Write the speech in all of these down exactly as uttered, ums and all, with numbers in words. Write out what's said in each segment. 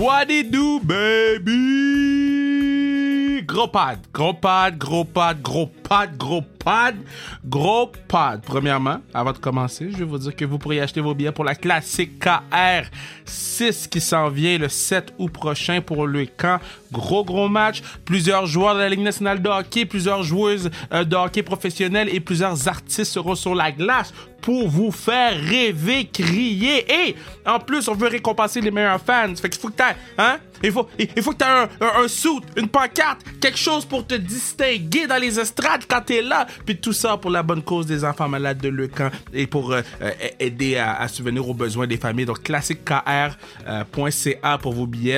What it do, baby? Gros pad, gros pad, gros pad, gros pad, gros pad, gros pad. Premièrement, avant de commencer, je vais vous dire que vous pourriez acheter vos billets pour la classique K R six qui s'en vient le sept août prochain pour le camp. Gros, gros match. Plusieurs joueurs de la Ligue nationale de hockey, plusieurs joueuses euh, de hockey professionnels et plusieurs artistes seront sur la glace pour vous faire rêver, crier. Et en plus, on veut récompenser les meilleurs fans. Fait qu'il faut que t'aies, hein? Il faut, il, il faut que t'aies un, un, un suit, une pancarte, quelque chose pour te distinguer dans les estrades quand t'es là. Puis tout ça pour la bonne cause des enfants malades de Leucan et pour euh, euh, aider à, à subvenir aux besoins des familles. Donc, classique K R point C A pour vos billets.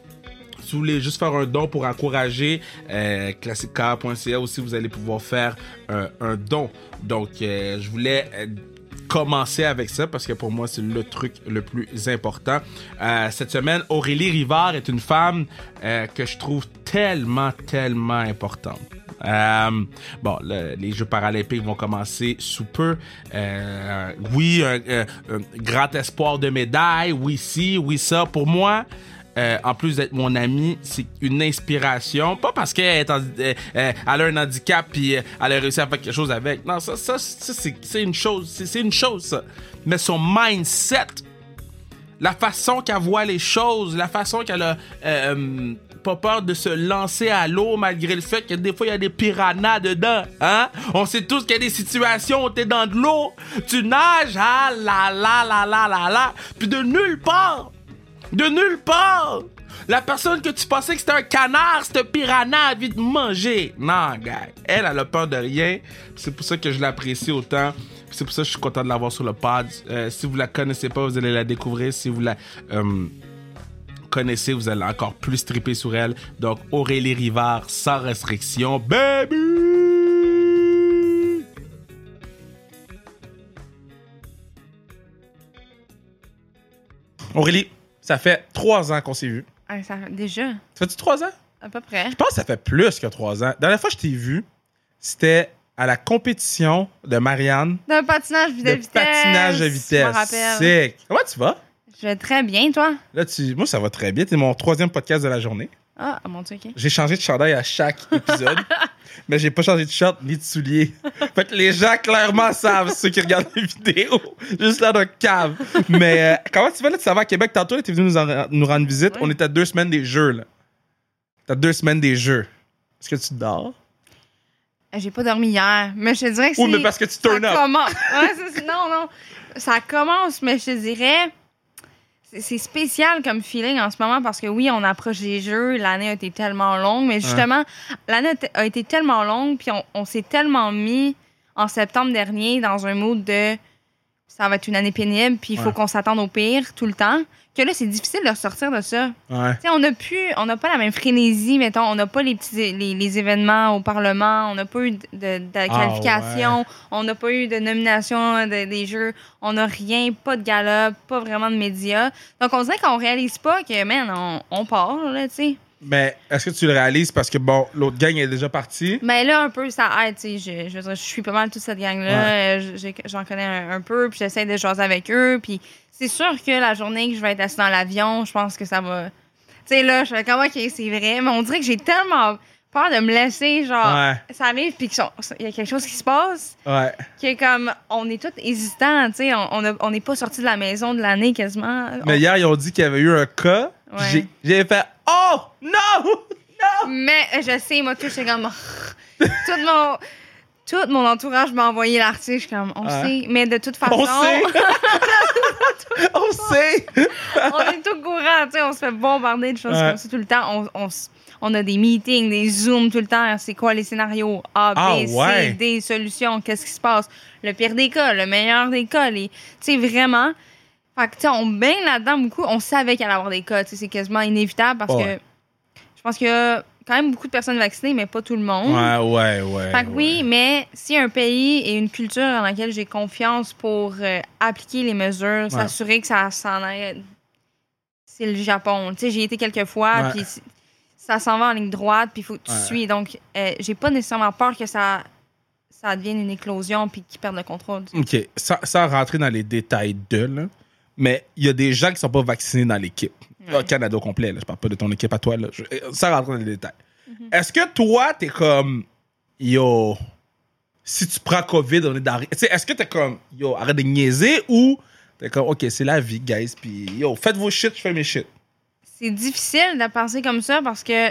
Si vous voulez juste faire un don pour encourager, euh, classique K R point C A aussi, vous allez pouvoir faire euh, un don. Donc, euh, je voulais euh, commencer avec ça parce que pour moi, c'est le truc le plus important. Euh, cette semaine, Aurélie Rivard est une femme euh, que je trouve tellement, tellement importante. Euh, bon, le, les Jeux paralympiques vont commencer sous peu. Euh, oui, un, un, un grand espoir de médaille. Oui, si, oui, ça. Pour moi, Euh, en plus d'être mon amie, c'est une inspiration. Pas parce qu'elle est en, euh, euh, elle a un handicap puis euh, elle a réussi à faire quelque chose avec. Non, ça, ça, ça c'est, c'est une chose. C'est, c'est une chose, ça. Mais son mindset, la façon qu'elle voit les choses, la façon qu'elle a euh, pas peur de se lancer à l'eau malgré le fait que des fois, il y a des piranhas dedans. Hein? On sait tous qu'il y a des situations où t'es dans de l'eau, tu nages, ah là là là là là là, puis de nulle part, de nulle part, la personne que tu pensais que c'était un canard, c'était un piranha, a envie de manger. Non, gars, elle, elle a peur de rien. C'est pour ça que je l'apprécie autant. C'est pour ça que je suis content de l'avoir sur le pod. Euh, si vous la connaissez pas, vous allez la découvrir. Si vous la euh, connaissez, vous allez encore plus triper sur elle. Donc, Aurélie Rivard, sans restriction. Baby! Aurélie, ça fait trois ans qu'on s'est vus. Ah, ça, déjà? Ça fait-tu trois ans? À peu près. Je pense que ça fait plus que trois ans. La dernière fois que je t'ai vu, c'était à la compétition de Marianne. D'un patinage de, de vitesse. patinage de vitesse. Je me rappelle. Sick. Comment tu vas? Je vais très bien, toi? Là, tu... Moi, ça va très bien. T'es mon troisième podcast de la journée. Ah, mon Dieu, OK. J'ai changé de chandail à chaque épisode, mais j'ai pas changé de short ni de souliers. Fait que les gens, clairement, savent, ceux qui regardent les vidéos. Juste là, d'un cave. Mais euh, comment tu vas, là? Tu savais à Québec tantôt, là, t'es venu nous, en, nous rendre visite. Oui. On est à deux semaines des Jeux, là. T'as deux semaines des Jeux. Est-ce que tu dors? J'ai pas dormi hier, mais je te dirais que c'est... Oui, mais parce que tu turn ça up. Commence. Ouais, c'est... Non, non. Ça commence, mais je te dirais... C'est spécial comme feeling en ce moment parce que oui, on approche des Jeux, l'année a été tellement longue, mais justement, ouais. l'année a été tellement longue, puis on, on s'est tellement mis en septembre dernier dans un mood de ça va être une année pénible, puis il faut ouais. qu'on s'attende au pire tout le temps, que là, c'est difficile de ressortir de ça. Ouais. Tu sais, on n'a plus, on n'a pas la même frénésie, mettons, on n'a pas les petits les, les événements au Parlement, on n'a pas eu de, de, de qualification, ah, ouais. on n'a pas eu de nomination de, des Jeux, on n'a rien, pas de gala, pas vraiment de médias. Donc, on dirait qu'on réalise pas que, man, on, on part, là, tu sais. Mais est-ce que tu le réalises parce que, bon, l'autre gang est déjà partie? Mais là, un peu, ça aide, tu sais. Je, je, je, je suis pas mal toute cette gang-là. Ouais. Je, j'en connais un, un peu, puis j'essaie de jaser avec eux. Puis c'est sûr que la journée que je vais être assis dans l'avion, je pense que ça va... Tu sais, là, je fais comme, OK, c'est vrai. Mais on dirait que j'ai tellement peur de me laisser, genre, ouais. ça arrive, puis qu'il y a quelque chose qui se passe. Ouais. Qui est comme, on est tous hésitants, tu sais. On n'est on pas sortis de la maison de l'année quasiment. Mais on... hier, ils ont dit qu'il y avait eu un cas. Ouais. J'ai, j'ai fait, oh, non, non. Mais je sais, moi, tout, j'étais comme, tout mon... Tout mon entourage m'a envoyé l'article. Je suis comme, on ouais. sait. Mais de toute façon... On sait! on sait! On est tout courant, tu sais. On se fait bombarder de choses ouais. comme ça tout le temps. On, on, on a des meetings, des Zooms tout le temps. C'est quoi les scénarios? A, B, ah, ouais. C, D, solutions. Qu'est-ce qui se passe? Le pire des cas, le meilleur des cas. Tu sais, vraiment... Fait que, tu sais, on baigne là-dedans beaucoup. On savait qu'il allait y avoir des cas. Tu sais, c'est quasiment inévitable parce ouais. que je pense qu'il y a quand même beaucoup de personnes vaccinées, mais pas tout le monde. Ouais, ouais, ouais. Fait que ouais. oui, mais si un pays et une culture dans laquelle j'ai confiance pour euh, appliquer les mesures, ouais. s'assurer que ça s'en aille, c'est le Japon. Tu sais, j'ai été quelques fois, puis ouais. ça s'en va en ligne droite, puis il faut que tu ouais. suis. Donc, euh, j'ai pas nécessairement peur que ça... ça devienne une éclosion puis qu'ils perdent le contrôle. OK. Sans, sans rentrer dans les détails de, là, mais il y a des gens qui sont pas vaccinés dans l'équipe. Ouais. Au Canada au complet, là. Je parle pas de ton équipe à toi. Là. Je, ça rentre dans les détails. Mm-hmm. Est-ce que toi, t'es comme, yo, si tu prends COVID, on est dans... T'sais, est-ce que t'es comme, yo, arrête de niaiser ou t'es comme, OK, c'est la vie, guys, puis yo, faites vos shit, je fais mes shit. C'est difficile de penser comme ça parce que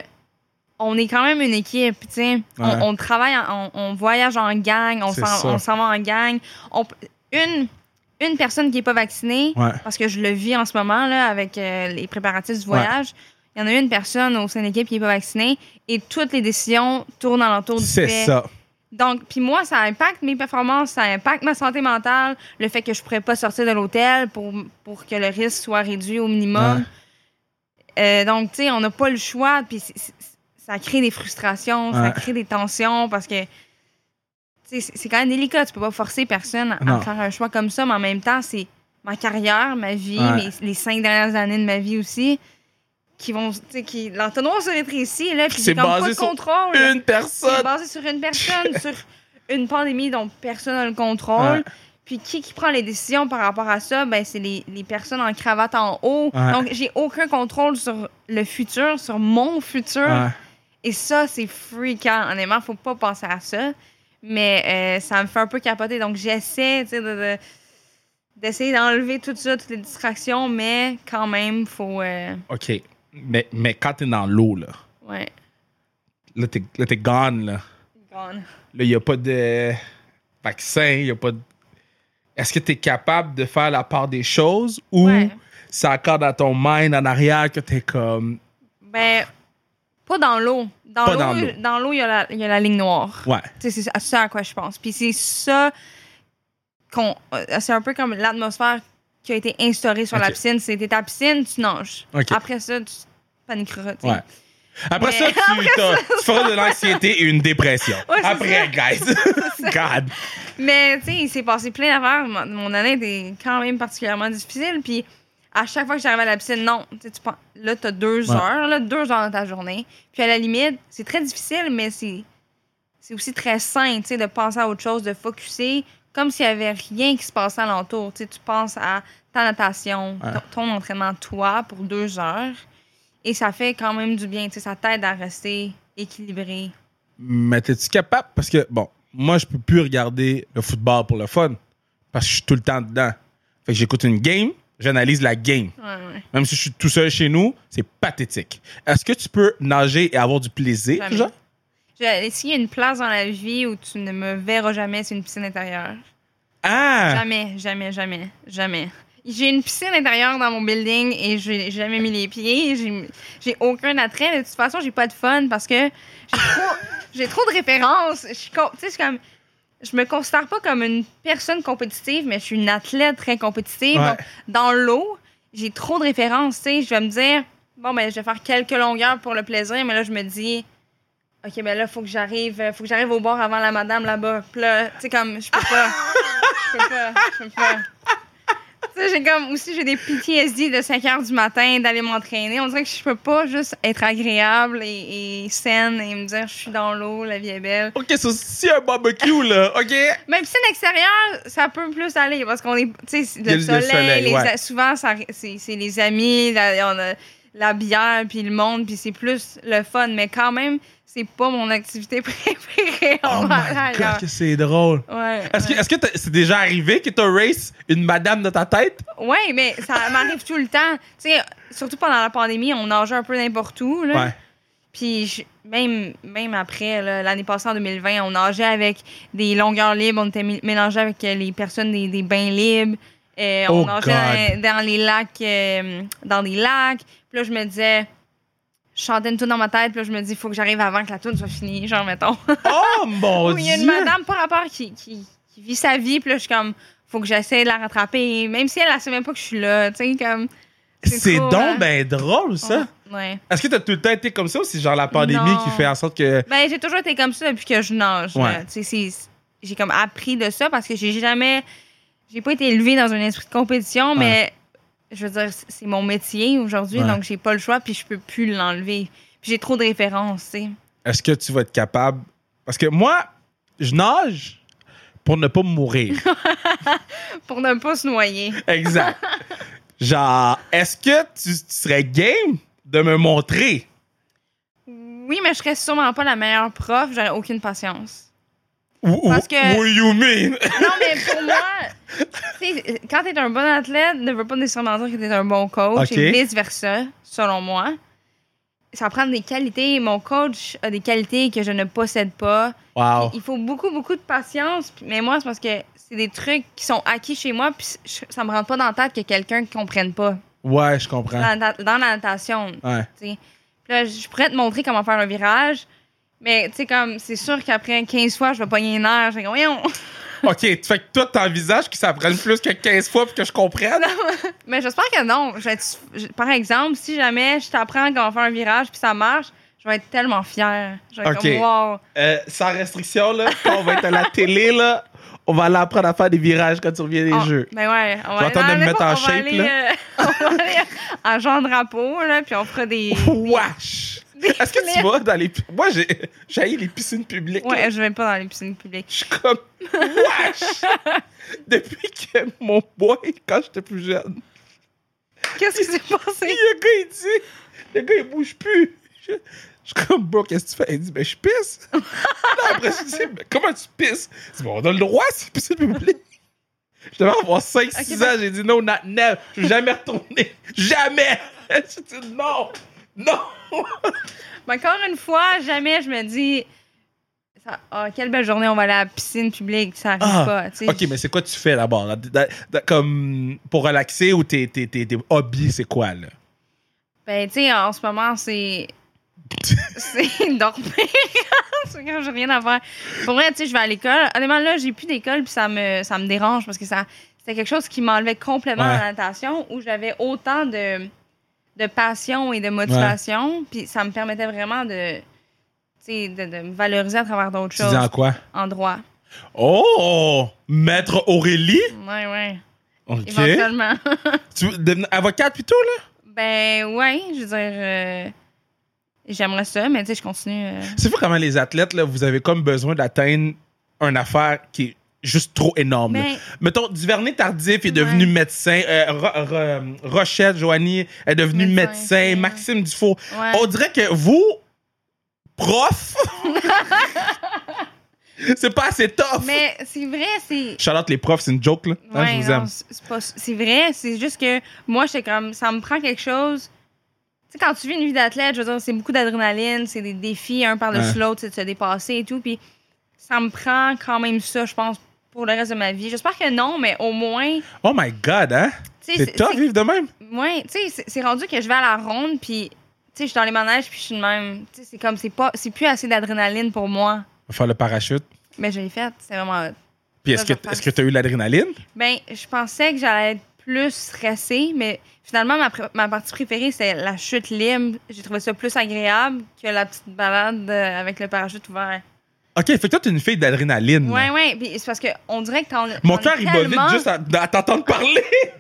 on est quand même une équipe, tu sais. Ouais. On, on travaille, on, on voyage en gang, on s'en, on s'en va en gang. On, une... Une personne qui n'est pas vaccinée, ouais. parce que je le vis en ce moment là, avec euh, les préparatifs du voyage, il ouais. y en a une personne au sein de l'équipe qui n'est pas vaccinée et toutes les décisions tournent alentour du C'est fait. ça. Donc, puis moi, ça impacte mes performances, ça impacte ma santé mentale, le fait que je ne pourrais pas sortir de l'hôtel pour, pour que le risque soit réduit au minimum. Ouais. Euh, donc, tu sais, on n'a pas le choix, puis c'est, c'est, ça crée des frustrations, ouais. ça crée des tensions parce que C'est, c'est quand même délicat. Tu peux pas forcer personne à non. faire un choix comme ça, mais en même temps, c'est ma carrière, ma vie, ouais. mes, les cinq dernières années de ma vie aussi, qui vont... Qui, l'entonnoir se rétrécit, là, puis c'est j'ai comme basé pas de sur contrôle. Une personne! C'est basé sur une personne, sur une pandémie dont personne n'a le contrôle. Ouais. Puis qui, qui prend les décisions par rapport à ça? Ben, c'est les, les personnes en cravate en haut. Ouais. Donc, j'ai aucun contrôle sur le futur, sur mon futur. Ouais. Et ça, c'est freakant. Honnêtement, faut pas penser à ça. Mais euh, ça me fait un peu capoter. Donc, j'essaie de, de, d'essayer d'enlever tout ça, toutes les distractions, mais quand même, il faut... Euh... OK. Mais, mais quand t'es dans l'eau, là... Ouais. Là, t'es, là, t'es gone, là. Gone. Là, il n'y a pas de vaccin, il n'y a pas de... Est-ce que t'es capable de faire la part des choses ou ouais. c'est encore dans ton mind en arrière que t'es comme... Ben... Pas dans l'eau. Dans pas l'eau, dans l'eau. Dans l'eau, il y a la, il y a la ligne noire. Ouais. C'est ça à quoi je pense. Puis c'est ça qu'on... C'est un peu comme l'atmosphère qui a été instaurée sur okay. la piscine. C'était ta piscine, tu nages. Okay. Après ça, tu paniqueras. Ouais. Après Mais... ça, tu, Après ça, tu feras de l'anxiété et une dépression. Ouais, Après, guys. God. Mais, tu sais, il s'est passé plein d'affaires. Mon, mon année était quand même particulièrement difficile. Puis... À chaque fois que j'arrive à la piscine, non. Tu penses, là, t'as deux ouais. heures, là, deux heures dans ta journée. Puis à la limite, c'est très difficile, mais c'est, c'est aussi très sain, tu sais, de penser à autre chose, de focusser comme s'il n'y avait rien qui se passait alentour. Tu sais, tu penses à ta natation, ouais. ton, ton entraînement, toi, pour deux heures. Et ça fait quand même du bien, tu sais, ça t'aide à rester équilibré. Mais t'es-tu capable? Parce que, bon, moi, je peux plus regarder le football pour le fun. Parce que je suis tout le temps dedans. Fait que j'écoute une game. J'analyse la game. Ouais, ouais. Même si je suis tout seul chez nous, c'est pathétique. Est-ce que tu peux nager et avoir du plaisir, jamais. Genre? Je, s'il y a une place dans la vie où tu ne me verras jamais, c'est une piscine intérieure. Ah! Jamais, jamais, jamais, jamais. J'ai une piscine intérieure dans mon building et j'ai jamais mis les pieds. J'ai, j'ai aucun attrait. De toute façon, j'ai pas de fun parce que j'ai trop, j'ai trop de références. Je suis, tu sais, c'est comme... Je me considère pas comme une personne compétitive, mais je suis une athlète très compétitive. Ouais. Donc, dans l'eau, j'ai trop de références, tu sais. Je vais me dire, bon, ben, je vais faire quelques longueurs pour le plaisir, mais là, je me dis, OK, ben là, faut que j'arrive, faut que j'arrive au bord avant la madame là-bas. Puis là, tu sais, comme, je peux pas. Je peux pas. Je peux pas. Tu sais, j'ai comme, aussi, j'ai des P T S D de cinq heures du matin d'aller m'entraîner. On dirait que je peux pas juste être agréable et, et saine et me dire, je suis dans l'eau, la vie est belle. OK, c'est aussi un barbecue, là. OK? Même si c'est l'extérieur, ça peut plus aller parce qu'on est, tu sais, le, le soleil, soleil les, ouais. souvent, ça, c'est, c'est les amis, la, on a la bière, puis le monde, puis c'est plus le fun. Mais quand même, c'est pas mon activité préférée. Oh my God, que c'est drôle. Ouais, est-ce, ouais. Que, est-ce que c'est déjà arrivé que tu as race une madame de ta tête? Oui, mais ça m'arrive tout le temps. Tu sais, surtout pendant la pandémie, on nageait un peu n'importe où. Là. Ouais. Puis je, même, même après, là, l'année passée, en deux mille vingt, on nageait avec des longueurs libres. On était mélangés avec les personnes des, des bains libres. Euh, on oh nageait dans, dans les lacs, euh, dans des lacs. Puis là, je me disais... Je chantais une toune dans ma tête, puis là, je me dis, il faut que j'arrive avant que la toune soit finie, genre, mettons. Oh, mon Dieu! Il y a une madame, par rapport, qui, qui, qui vit sa vie, puis là, je suis comme, faut que j'essaie de la rattraper, même si elle, elle sait même pas que je suis là, tu sais, comme... C'est, c'est trop, donc hein? Ben drôle, ça! Ouais, ouais. Est-ce que t'as tout le temps été comme ça, ou c'est genre la pandémie non. qui fait en sorte que... Ben, j'ai toujours été comme ça depuis que je nage, ouais. Tu sais, c'est... J'ai comme appris de ça, parce que j'ai jamais... J'ai pas été élevée dans un esprit de compétition, ouais. mais... Je veux dire, c'est mon métier aujourd'hui, ouais. donc j'ai pas le choix, puis je peux plus l'enlever. Puis j'ai trop de références, tu sais. Est-ce que tu vas être capable... Parce que moi, je nage pour ne pas mourir. Pour ne pas se noyer. Exact. Genre, est-ce que tu, tu serais game de me montrer? Oui, mais je serais sûrement pas la meilleure prof. J'aurais aucune patience. Parce que... What do you mean? Non, mais pour moi, quand t'es un bon athlète, ne veut pas nécessairement dire que t'es un bon coach okay. et vice-versa, selon moi. Ça prend des qualités. Mon coach a des qualités que je ne possède pas. Wow. Il faut beaucoup, beaucoup de patience. Mais moi, c'est parce que c'est des trucs qui sont acquis chez moi, puis ça me rentre pas dans la tête que quelqu'un ne comprenne pas. Ouais, je comprends. Dans, dans la natation. Ouais. Puis là, je pourrais te montrer comment faire un virage. Mais, tu sais, comme, c'est sûr qu'après quinze fois, je vais pogner une heure. Je vais dire, voyons. OK, tu fais que toi, t'envisages que ça prenne plus que quinze fois pour que je comprenne? Mais j'espère que non. Je vais être, je, par exemple, si jamais je t'apprends comment faire un virage puis ça marche, je vais être tellement fière. Je vais être okay. comme, wow. Euh, sans restriction, là, quand on va être à la télé, là, on va aller apprendre à faire des virages quand tu reviens des oh, jeux. Ben ouais. On va attendre de me mettre en shape, aller, là. Euh, on va aller en genre drapeau, là, puis on fera des... Wesh! Est-ce que tu vas dans les... Moi, j'ai j'haïs les piscines publiques. Ouais, là. je vais pas dans les piscines publiques. Je suis comme... Wesh! Depuis que mon boy, quand j'étais plus jeune... Qu'est-ce qui s'est passé? Le gars, il dit... Le gars, il bouge plus. Je, je suis comme, bro, qu'est-ce que tu fais? Il dit, ben, je pisse. Là, après, je dis, mais comment tu pisses? Il dit, bon, on a le droit, c'est piscine publique. Je devais avoir cinq six okay, ans, ben... j'ai dit, no, not never. Je vais jamais retourner. Jamais! J'ai dit, non! Non! Mais encore une fois, jamais je me dis, ça, oh, quelle belle journée, on va aller à la piscine publique, ça arrive ah, pas. T'sais. OK, mais c'est quoi tu fais d'abord? Comme pour relaxer ou tes, tes, tes, tes hobbies, c'est quoi, là? Ben, tu sais, en ce moment, c'est. c'est dormir. C'est que j'ai rien à faire. Pour vrai, tu sais, je vais à l'école. Honnêtement, là, j'ai plus d'école, puis ça me, ça me dérange parce que ça, c'était quelque chose qui m'enlevait complètement ouais. la natation, où j'avais autant de. de passion et de motivation, puis ouais. ça me permettait vraiment de, de, de me valoriser à travers d'autres choses. Tu dis en quoi? En droit. Oh! Maître Aurélie? Oui, oui. OK. Éventuellement. Tu veux devenir avocate plutôt, là? Ben, oui, je veux dire, euh, j'aimerais ça, mais tu sais, je continue. Euh... C'est fou comment les athlètes, là, vous avez comme besoin d'atteindre une affaire qui est juste trop énorme. Mais... Mettons, Duvernay-Tardif est devenu ouais. médecin. Euh, Ro- Ro- Rochette, Joanie est devenue médecin. médecin Maxime Dufault. Ouais. On dirait que vous, prof, c'est pas assez tough. Mais c'est vrai, c'est... Shout-out les profs, c'est une joke, là. Ouais, hein, je vous non, aime. C'est, pas... c'est vrai, c'est juste que moi, j'étais comme... Ça me prend quelque chose... Tu sais, quand tu vis une vie d'athlète, je veux dire, c'est beaucoup d'adrénaline, c'est des défis, un par-dessus ouais. l'autre, c'est de se dépasser et tout. Puis ça me prend quand même ça, je pense, pour le reste de ma vie. J'espère que non, mais au moins... Oh my God, hein? T'sais, c'est tough vivre de même? Oui, tu sais, c'est, c'est rendu que je vais à la ronde, puis tu sais, je suis dans les manèges, puis je suis de même. Tu sais, c'est comme, c'est pas, c'est plus assez d'adrénaline pour moi. Faire le parachute? Mais je l'ai fait, c'est vraiment... Puis est-ce que, est-ce que t'as eu l'adrénaline? Ben, je pensais que j'allais être plus stressée, mais finalement, ma, pr- ma partie préférée, c'est la chute libre. J'ai trouvé ça plus agréable que la petite balade avec le parachute ouvert. OK, fait que toi, t'es une fille d'adrénaline. Ouais, ouais. Puis c'est parce qu'on dirait que t'en. Mon cœur, il bat vite juste à, à t'entendre parler.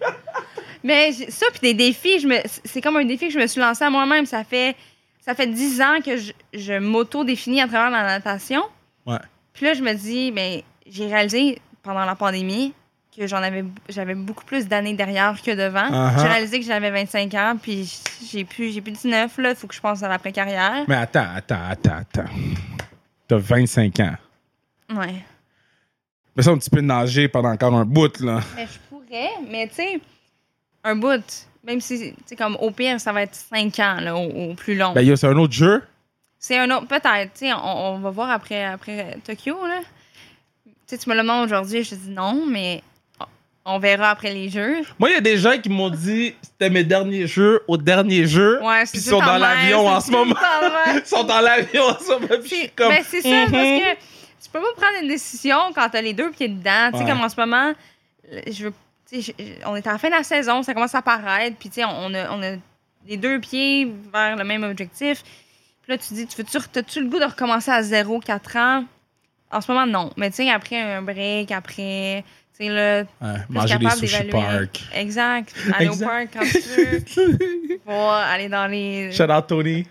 Mais ça, puis des défis, je me, c'est comme un défi que je me suis lancé à moi-même. Ça fait, ça fait dix ans que je, je m'auto-définis à travers la natation. Ouais. Puis là, je me dis, ben, j'ai réalisé pendant la pandémie que j'en avais, j'avais beaucoup plus d'années derrière que devant. Uh-huh. J'ai réalisé que j'avais vingt-cinq ans, puis j'ai plus, j'ai plus dix-neuf, là. Il faut que je pense à l'après-carrière. Mais attends, attends, attends, attends. T'as vingt-cinq ans. Ouais. Mais ça, un petit peu de nager pendant encore un bout, là. Mais je pourrais, mais tu sais, un bout, même si, tu sais, comme au pire, ça va être cinq ans, là, au, au plus long. Ben, yo, c'est un autre jeu. C'est un autre, peut-être, tu sais, on, on va voir après, après Tokyo, là. Tu sais, tu me le demandes aujourd'hui, je te dis non, mais on verra après les jeux. Moi, il y a des gens qui m'ont dit c'était mes derniers jeux au dernier jeu. Ouais, puis ils sont dans l'avion en ce moment. Ils sont dans l'avion en ce moment. Puis je suis comme. Ben, c'est ça, mm-hmm. parce que tu peux pas prendre une décision quand t'as les deux pieds dedans. Tu sais, ouais. comme en ce moment, je veux. Tu sais, on est à la fin de la saison, ça commence à paraître. Puis, tu sais, on a, on a les deux pieds vers le même objectif. Puis là, tu te dis, tu veux-tu, t'as-tu le goût de recommencer à zéro, quatre ans? En ce moment, non. Mais tu sais, après un break, après. Tu sais, là. Ouais, manger des sushis park. Exact. Aller exact. Au parc quand tu veux. Pour aller dans les. Shout out Tony.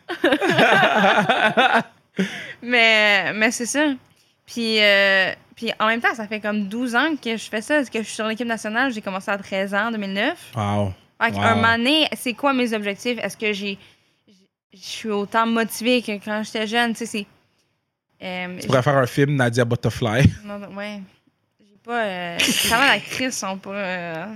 mais, mais c'est ça. Puis, euh, puis en même temps, ça fait comme douze ans que je fais ça. Que je suis sur l'équipe nationale. J'ai commencé à treize ans, en deux mille neuf. Wow. Fait wow. Un moment donné, c'est quoi mes objectifs? Est-ce que j'ai... Je suis autant motivée que quand j'étais jeune, tu sais, c'est... Euh, tu pourrais faire un film, Nadia Butterfly. Non, ouais. J'ai pas... Euh, comment l'actrice sont pas... Euh...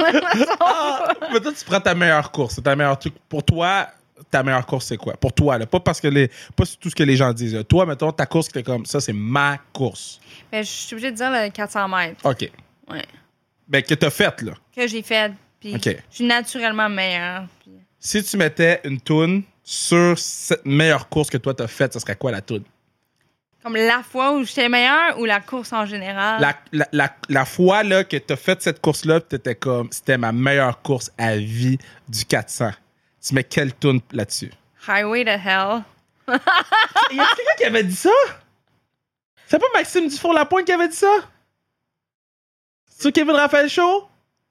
ah, mais toi, tu prends ta meilleure course. Ta meilleure truc. Pour toi, ta meilleure course, c'est quoi? Pour toi, là. Pas parce que les... Pas tout ce que les gens disent. Là. Toi, mettons, ta course, c'est comme ça, c'est ma course. Ben, je suis obligée de dire le quatre cents mètres. OK. Ouais. Ben, que t'as faite, là. Que j'ai faite. Puis okay. Je suis naturellement meilleure. Puis... Si tu mettais une toune sur cette meilleure course que toi t'as faite, ce serait quoi la toune? Comme la fois où j'étais meilleure ou la course en général? La, la, la, la fois là, que t'as fait cette course-là, t'étais comme, c'était ma meilleure course à vie du quatre cents. Tu mets quelle toune là-dessus? Highway to Hell. Y a quelqu'un qui avait dit ça? C'est pas Maxime Dufour-Lapointe qui avait dit ça? C'est sur Kevin Raphaël Show?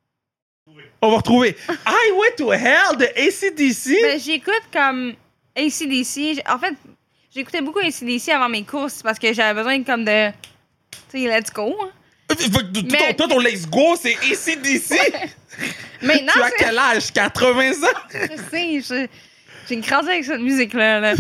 On va retrouver Highway to Hell de A C D C. Ben, j'écoute comme A C D C. En fait, j'écoutais beaucoup A C D C avant mes courses parce que j'avais besoin comme de... Tu sais, let's go. Mais... Toi, ton let's go, c'est A C D C. Maintenant, tu as quel âge? quatre-vingts ans? Je sais, je... j'ai grandi avec cette musique-là. Là.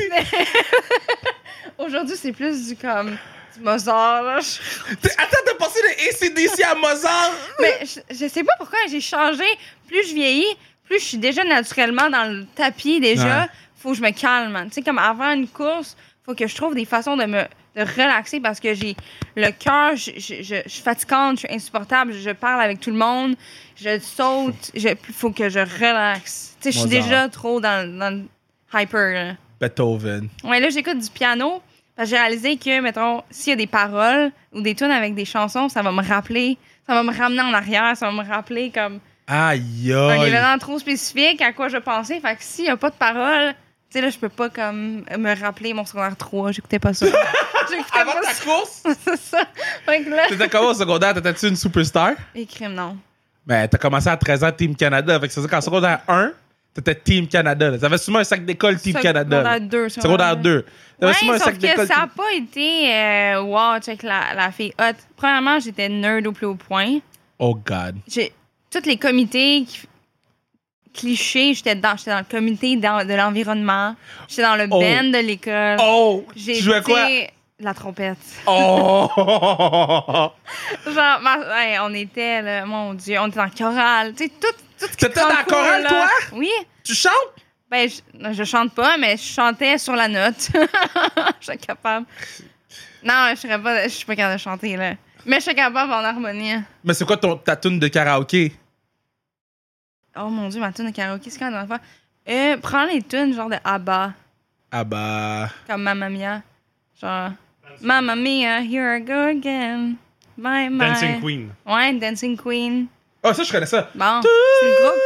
Aujourd'hui, c'est plus du comme... Mozart, là. Attends, t'as passé de A C D C à Mozart? Mais je, je sais pas pourquoi j'ai changé. Plus je vieillis, plus je suis déjà naturellement dans le tapis déjà. Ouais. Faut que je me calme. Tu sais, comme avant une course, faut que je trouve des façons de me de relaxer parce que j'ai le cœur, je, je, je, je suis fatigante, je suis insupportable, je parle avec tout le monde, je saute, il faut que je relaxe. Tu sais, je suis déjà trop dans, dans le hyper. Là. Beethoven. Ouais, là, j'écoute du piano. J'ai réalisé que, mettons, s'il y a des paroles ou des tunes avec des chansons, ça va me rappeler, ça va me ramener en arrière, ça va me rappeler comme aïe, aïe. un événement trop spécifique à quoi je pensais. Fait que s'il n'y a pas de paroles, tu sais, là, je peux pas comme me rappeler mon secondaire trois. J'écoutais pas ça. J'écoutais Avant pas ta ça. Course? C'est ça. Fait que là... T'étais comment au secondaire? T'étais-tu une superstar? Et crime, non. Ben, t'as commencé à treize ans Team Canada. Fait que c'est ça qu'en secondaire un, t'étais Team Canada. T'avais souvent un sac d'école Team Secondaire Canada. Secondaire deux. Secondaire deux. Ouais, sauf que ça n'a pas été euh, wow, check la, la fille hot. Premièrement, j'étais nerd au plus haut point. Oh God. J'ai tous les comités qui, clichés, j'étais dans, j'étais dans le comité dans, de l'environnement. J'étais dans le oh. band de l'école. Oh! J'ai tu jouais quoi? La trompette. Oh! Genre, ma, hey, on était, là, mon Dieu, on était dans le chorale. Tu sais, tout, tout ce qui T'étais dans le chorale, toi? Oui. Tu chantes? Ben, je, je chante pas, mais je chantais sur la note. Je suis capable. Non, je serais pas, je suis pas capable de chanter, là. Mais je suis capable en harmonie. Mais c'est quoi ton, ta tune de karaoké? Oh mon Dieu, ma tune de karaoké, c'est quand même fois. Euh, prends les tunes genre de ABBA. ABBA. Comme Mamma Mia. Genre, Mamma Mia, here I go again. My, my. Dancing Queen. Ouais, Dancing Queen. Oh, ça, je connais ça. Bon, c'est le groupe.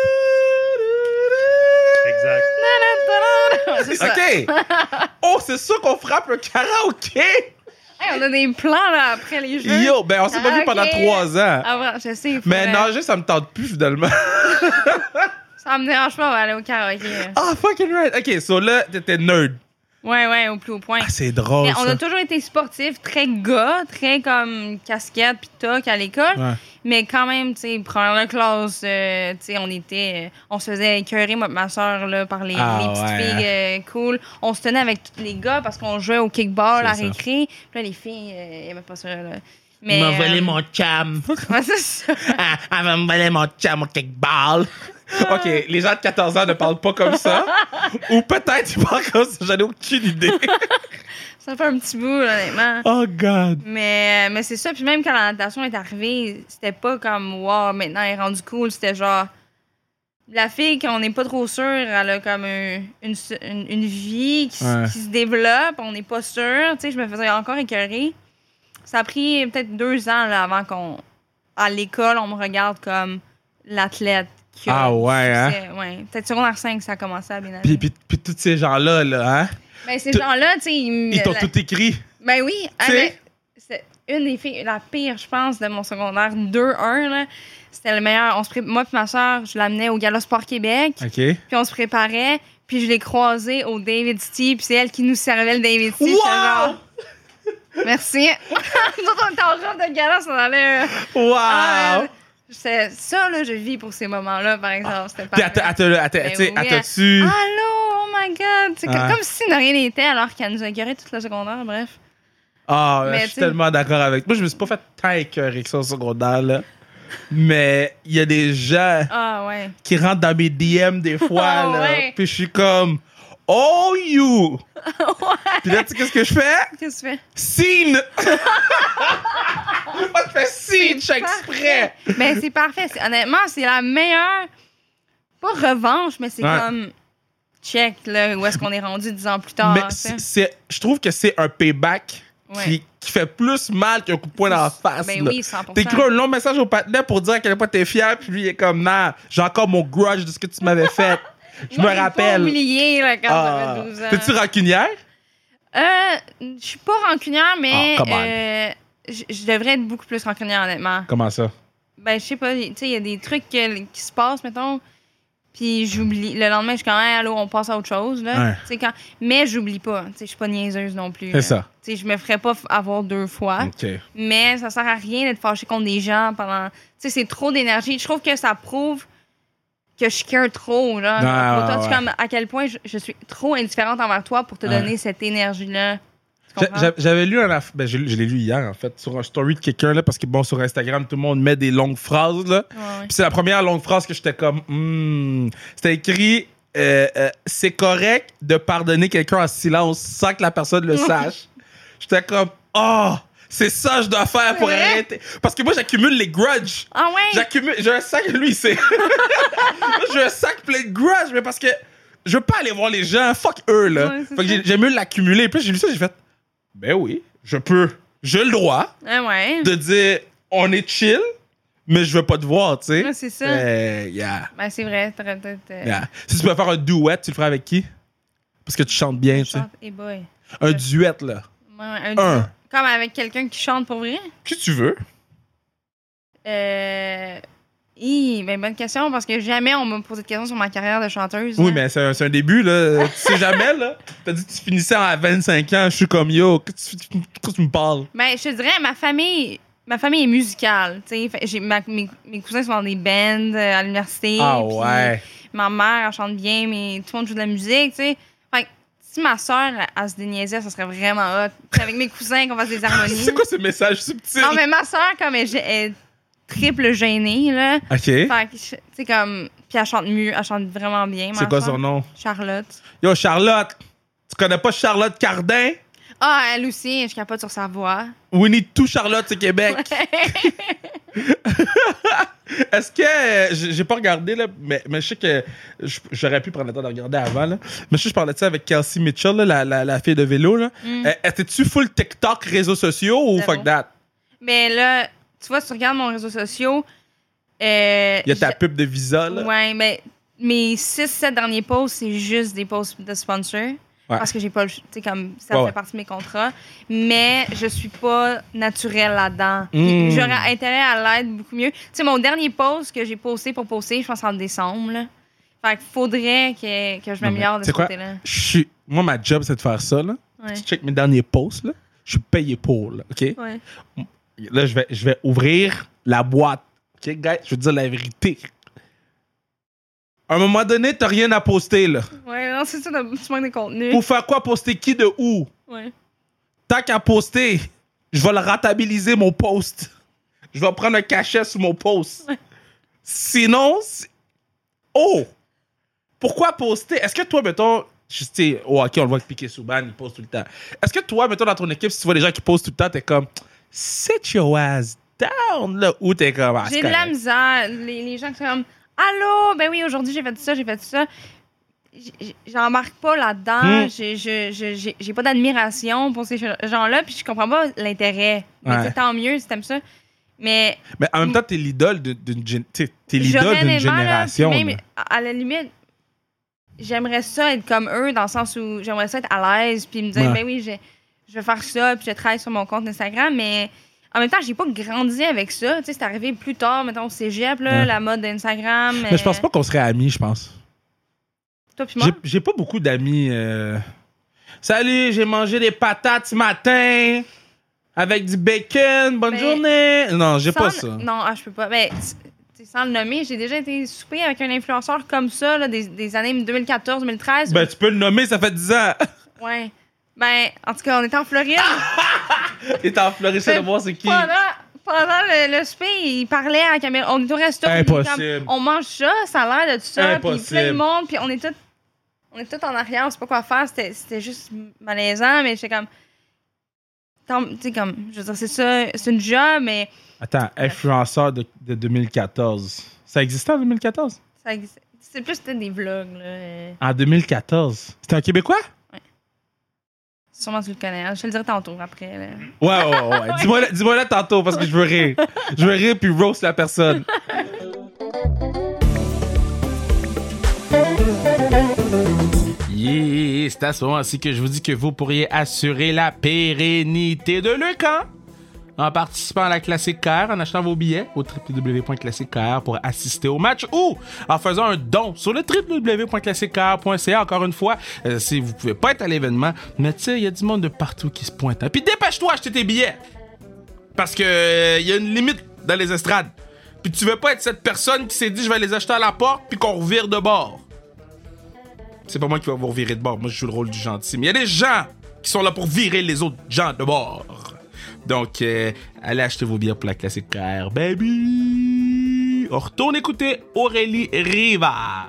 Exact. C'est ça. OK. Oh, c'est ça qu'on frappe le karaoké. Hey, on a des plans là, après les jeux. Yo, ben on s'est pas vu pendant trois ans. Ah ouais, je sais. Mais nager, ça me tente plus, finalement. Ça me dérange pas, on va aller au karaoké. Ah, oh, fucking right. OK, so là, t'étais nerd. Ouais, ouais, au plus haut point. Ah, c'est drôle, mais ça. On a toujours été sportifs, très gars, très comme casquette pis toc à l'école. Ouais. Mais quand même, tu sais, première classe, euh, tu sais, on était... On se faisait écœurer, moi ma soeur, là, par les, ah, les petites ouais, filles euh, cool. On se tenait avec tous les gars parce qu'on jouait au kickball à ça. récré. Puis là, les filles, euh, il y avait pas ça, là. Mais, il m'a volé euh, mon chum. Ouais, c'est ça. Elle m'a volé mon chum au kickball. OK, les gens de quatorze ans ne parlent pas comme ça. Ou peut-être ils parlent comme ça, j'en ai aucune idée. Ça fait un petit bout, honnêtement. Oh, God. Mais, mais c'est ça. Puis même quand la natation est arrivée, c'était pas comme, wow, maintenant elle est rendue cool. C'était genre, la fille, qu'on n'est pas trop sûr, elle a comme un, une, une, une vie qui, ouais. qui se développe. On n'est pas sûr. Tu sais, je me faisais encore écœurer. Ça a pris peut-être deux ans là, avant qu'on, à l'école, on me regarde comme l'athlète. Ah ouais, hein? Ouais. Peut-être secondaire cinq, ça a commencé à bien aller. Puis, puis, puis tous ces gens-là, là, hein? Ben, ces gens-là, tu sais... Ils, ils t'ont la... tout écrit. Ben oui. Ah, ben, c'est une des filles, la pire, je pense, de mon secondaire deux un, là. C'était le meilleur. On se pré... Moi et ma soeur, je l'amenais au Gala Sport Québec. OK. Puis on se préparait. Puis je l'ai croisée au David City. Puis c'est elle qui nous servait le David City. Wow! Genre... Merci. Nous autres, on était en robe de gala, ça allait... Wow! Ah, C'est ça, là, je vis pour ces moments-là, par exemple. C'était Puis, attends, attends, attends, Ben tu sais, oui, attends-tu... Allô, oh my God! C'est Ah. comme si de rien n'était alors qu'elle nous a écœuré toute la secondaire, bref. Ah, Mais je suis t'sais- tellement d'accord avec... Moi, je me suis pas fait tant écœurer avec ça au secondaire, là. Mais il y a des gens Ah, ouais. qui rentrent dans mes D M des fois, Ah, là. ouais. Puis je suis comme... Oh, you! Puis là, tu sais qu'est-ce que je fais? Qu'est-ce que tu fais? Scene! Moi, je fais scene, je fais exprès! Ben, c'est parfait. C'est- Honnêtement, c'est la meilleure. Pas revanche, mais c'est Ouais. comme. Check, là, où est-ce qu'on est rendu dix ans plus tard. Mais tu sais. c'est, c'est- je trouve que c'est un payback Ouais. qui, qui fait plus mal qu'un coup de poing dans la face. Ben là. oui, cent pour cent. T'écris un long message au partenaire pour dire à quel point t'es fier, puis lui, il est comme, nah, j'ai encore mon grudge de ce que tu m'avais fait. Je Moi, me j'ai rappelle. Pas oublié, là, quand Ah. j'avais douze ans. T'es-tu rancunière? Euh, je suis pas rancunière, mais Ah, come on. euh, je je devrais être beaucoup plus rancunière, honnêtement. Comment ça? Ben, je sais pas, tu sais, il y a des trucs que- qui se passent, mettons, puis j'oublie. Le lendemain, je suis quand même, allô, on passe à autre chose, là. Ouais. Tu sais, quand... Mais j'oublie pas, tu sais, je suis pas niaiseuse non plus. C'est là. ça. Tu sais, je me ferais pas f- avoir deux fois. OK. Mais ça sert à rien d'être fâché contre des gens pendant. Tu sais, c'est trop d'énergie. Je trouve que ça prouve que je care trop, là. Ah, Pour toi, tu ouais. comme à quel point je, je suis trop indifférente envers toi pour te Ouais. donner cette énergie-là. Tu J'a- comprends? j'a- J'avais lu un aff- ben, je, je l'ai lu hier, en fait, sur un story de quelqu'un, là, parce que, bon, sur Instagram, tout le monde met des longues phrases, là. Ouais, ouais. Puis c'est la première longue phrase que j'étais comme, hmm. C'était écrit, euh, euh, c'est correct de pardonner quelqu'un en silence sans que la personne le sache. J'étais comme, oh, c'est ça que je dois faire pour C'est vrai? arrêter. Parce que moi, j'accumule les grudges. Ah ouais? J'accumule, j'ai un sac, lui, c'est. Moi, j'ai un sac plein de grudges, mais parce que je veux pas aller voir les gens, fuck eux, là. Ouais, c'est fait que ça. j'ai- j'aime mieux l'accumuler. Puis là, j'ai lu ça, j'ai fait, ben oui, je peux. J'ai le droit Ah ouais. de dire, on est chill, mais je veux pas te voir, tu sais. Ouais, c'est ça. Euh, yeah. Ben, c'est vrai. T'aurais peut-être. euh, Yeah. Si tu peux faire un duet, tu le ferais avec qui? Parce que tu chantes bien, tu sais. chante. Eh boy. Un duet, là. Ouais, un Un. duo. Comme avec quelqu'un qui chante pour vrai? Qui tu veux? Euh. Hi, ben bonne question, parce que jamais on m'a posé de questions sur ma carrière de chanteuse. Oui, là. mais c'est un, c'est un début, là. Tu sais jamais, là. T'as dit que tu finissais à vingt-cinq ans, je suis comme yo. Qu'est-ce que tu, qu'est-ce que tu me parles? Ben, je te dirais, ma famille. Ma famille est musicale. tu sais. Fait- j'ai- ma- mes, mes cousins sont dans des bands euh, à l'université. Ah puis ouais. Ma mère, elle chante bien, mais tout le monde joue de la musique, tu sais. Fait que si ma soeur, elle, elle se déniaisait, ça serait vraiment hot. Puis avec mes cousins, qu'on fasse des harmonies. C'est quoi ce message subtil? Non, mais ma soeur, comme elle, elle est triple gênée, là. Ok. Fait que, tu sais, comme. Puis elle chante mieux, elle chante vraiment bien. ma C'est quoi soeur. son nom? Charlotte. Yo, Charlotte. Tu connais pas Charlotte Cardin? Ah, elle aussi, je capote sur sa voix. We need two Charlotte, c'est Québec. Est-ce que. euh, j'ai j'ai pas regardé, là, mais, mais je sais que. j- J'aurais pu prendre le temps de regarder avant, là. Mais je sais que je parlais de ça avec Kelsey Mitchell, là, la, la, la fille de vélo, là. Mm. Euh, Étais-tu full TikTok, réseaux sociaux ou Zéro. fuck that? Mais là, tu vois, si tu regardes mon réseau social. Euh, Il y a ta j'ai- pub de Visa, là. Ouais, mais mes six sept derniers posts, c'est juste des posts de sponsors. Ouais. Parce que j'ai pas le. Tu sais, comme ça Ouais, fait ouais. partie de mes contrats. Mais je suis pas naturelle là-dedans. Puis Mm. J'aurais intérêt à l'être beaucoup mieux. Tu sais, mon dernier post que j'ai posté pour poster, je pense en décembre, là. Fait qu'il faudrait que, que je Non, mais m'améliore de tu sais ce quoi? côté-là. Je suis. Moi, ma job, c'est de faire ça, là. Ouais. Tu check mes derniers posts, là. Je suis payé pour, là. OK? Ouais. Là, je vais, je vais ouvrir la boîte. OK, guys? Je veux dire la vérité. À un moment donné, t'as rien à poster, là. Ouais, non, c'est ça, tu manques de contenu. Pour faire quoi? Poster qui de où? Ouais. Tant qu'à poster, je vais le rentabiliser, mon post. Je vais prendre un cachet sur mon post. Ouais. Sinon, c'est- oh! Pourquoi poster? Est-ce que toi, mettons, je sais, oh, ok, on le voit que Piqué Souban, il poste tout le temps. Est-ce que toi, mettons, dans ton équipe, si tu vois des gens qui postent tout le temps, t'es comme, sit your ass down, là, ou t'es comme, ah, c'est J'ai de la correct. misère. Les, les gens qui sont comme allô, ben oui, aujourd'hui j'ai fait ça, j'ai fait ça. J- J'embarque pas là-dedans. Hmm. J'ai- je- je- J'ai j'ai pas d'admiration pour ces gens-là, puis je comprends pas l'intérêt. Mais Ouais. tu sais, tant mieux si t'aimes ça. Mais Mais en même temps, t'es l'idole de- d'une gén- t'es t'es l'idole j'aurais d'une aimé, là, génération. puis même, là. à à la limite, j'aimerais ça être comme eux, dans le sens où j'aimerais ça être à l'aise, puis me dire, Ouais. ben oui, je, je vais faire ça, puis je travaille sur mon compte Instagram, mais en même temps, j'ai pas grandi avec ça. Tu sais, c'est arrivé plus tard, mettons, au cégep, là, Ouais. la mode d'Instagram. Mais je pense pas qu'on serait amis, je pense. Toi puis moi? J'ai- J'ai pas beaucoup d'amis. euh, Salut, j'ai mangé des patates ce matin avec du bacon. Bonne Ben, journée. Non, j'ai Sans- pas ça. Non, ah, je peux pas. Mais, tu sans le nommer, j'ai déjà été souper avec un influenceur comme ça, là, des, des années deux mille quatorze deux mille treize. Ben, tu peux le nommer, ça fait dix ans. Ouais. Ben, en tout cas, on était en Floride. Il était en Floride, de voir c'est qui. Pendant, pendant le, le souper, il parlait à la caméra. On est au resto. Impossible. Comme, on mange ça, ça a l'air de tout ça. Impossible. Puis plein de monde, puis on est tous on est tous en arrière, on sait pas quoi faire. C'était, c'était juste malaisant, mais j'étais comme... Tu sais, comme... Je veux dire, c'est ça, c'est une job, mais... Attends, influenceur de, de deux mille quatorze. Ça existait en deux mille quatorze? Ça existe. C'est plus peut-être des vlogs, là. En deux mille quatorze? C'était un Québécois? Ouais. Sûrement tu le connais. Hein? Je te le dirai tantôt, après. Là. Ouais, ouais, ouais. ouais. Dis-moi, dis-moi là tantôt, parce que je veux rire. Je veux rire puis roast la personne. Yeah, c'est à ce moment-ci que je vous dis que vous pourriez assurer la pérennité de Leucan en participant à la Classique K R, en achetant vos billets au w w w point classique k r pour assister au match ou en faisant un don sur le w w w point classique k r point c a. Encore une fois, euh, si vous pouvez pas être à l'événement, mais tu sais, il y a du monde de partout qui se pointe. Hein. Puis dépêche-toi acheter tes billets parce que il euh, y a une limite dans les estrades. Puis tu veux pas être cette personne qui s'est dit je vais les acheter à la porte puis qu'on revire de bord. C'est pas moi qui vais vous revirer de bord. Moi, je joue le rôle du gentil. Mais il y a des gens qui sont là pour virer les autres gens de bord. Donc, euh, allez acheter vos billets pour la Classique K R, baby! On retourne écouter Aurélie Riva.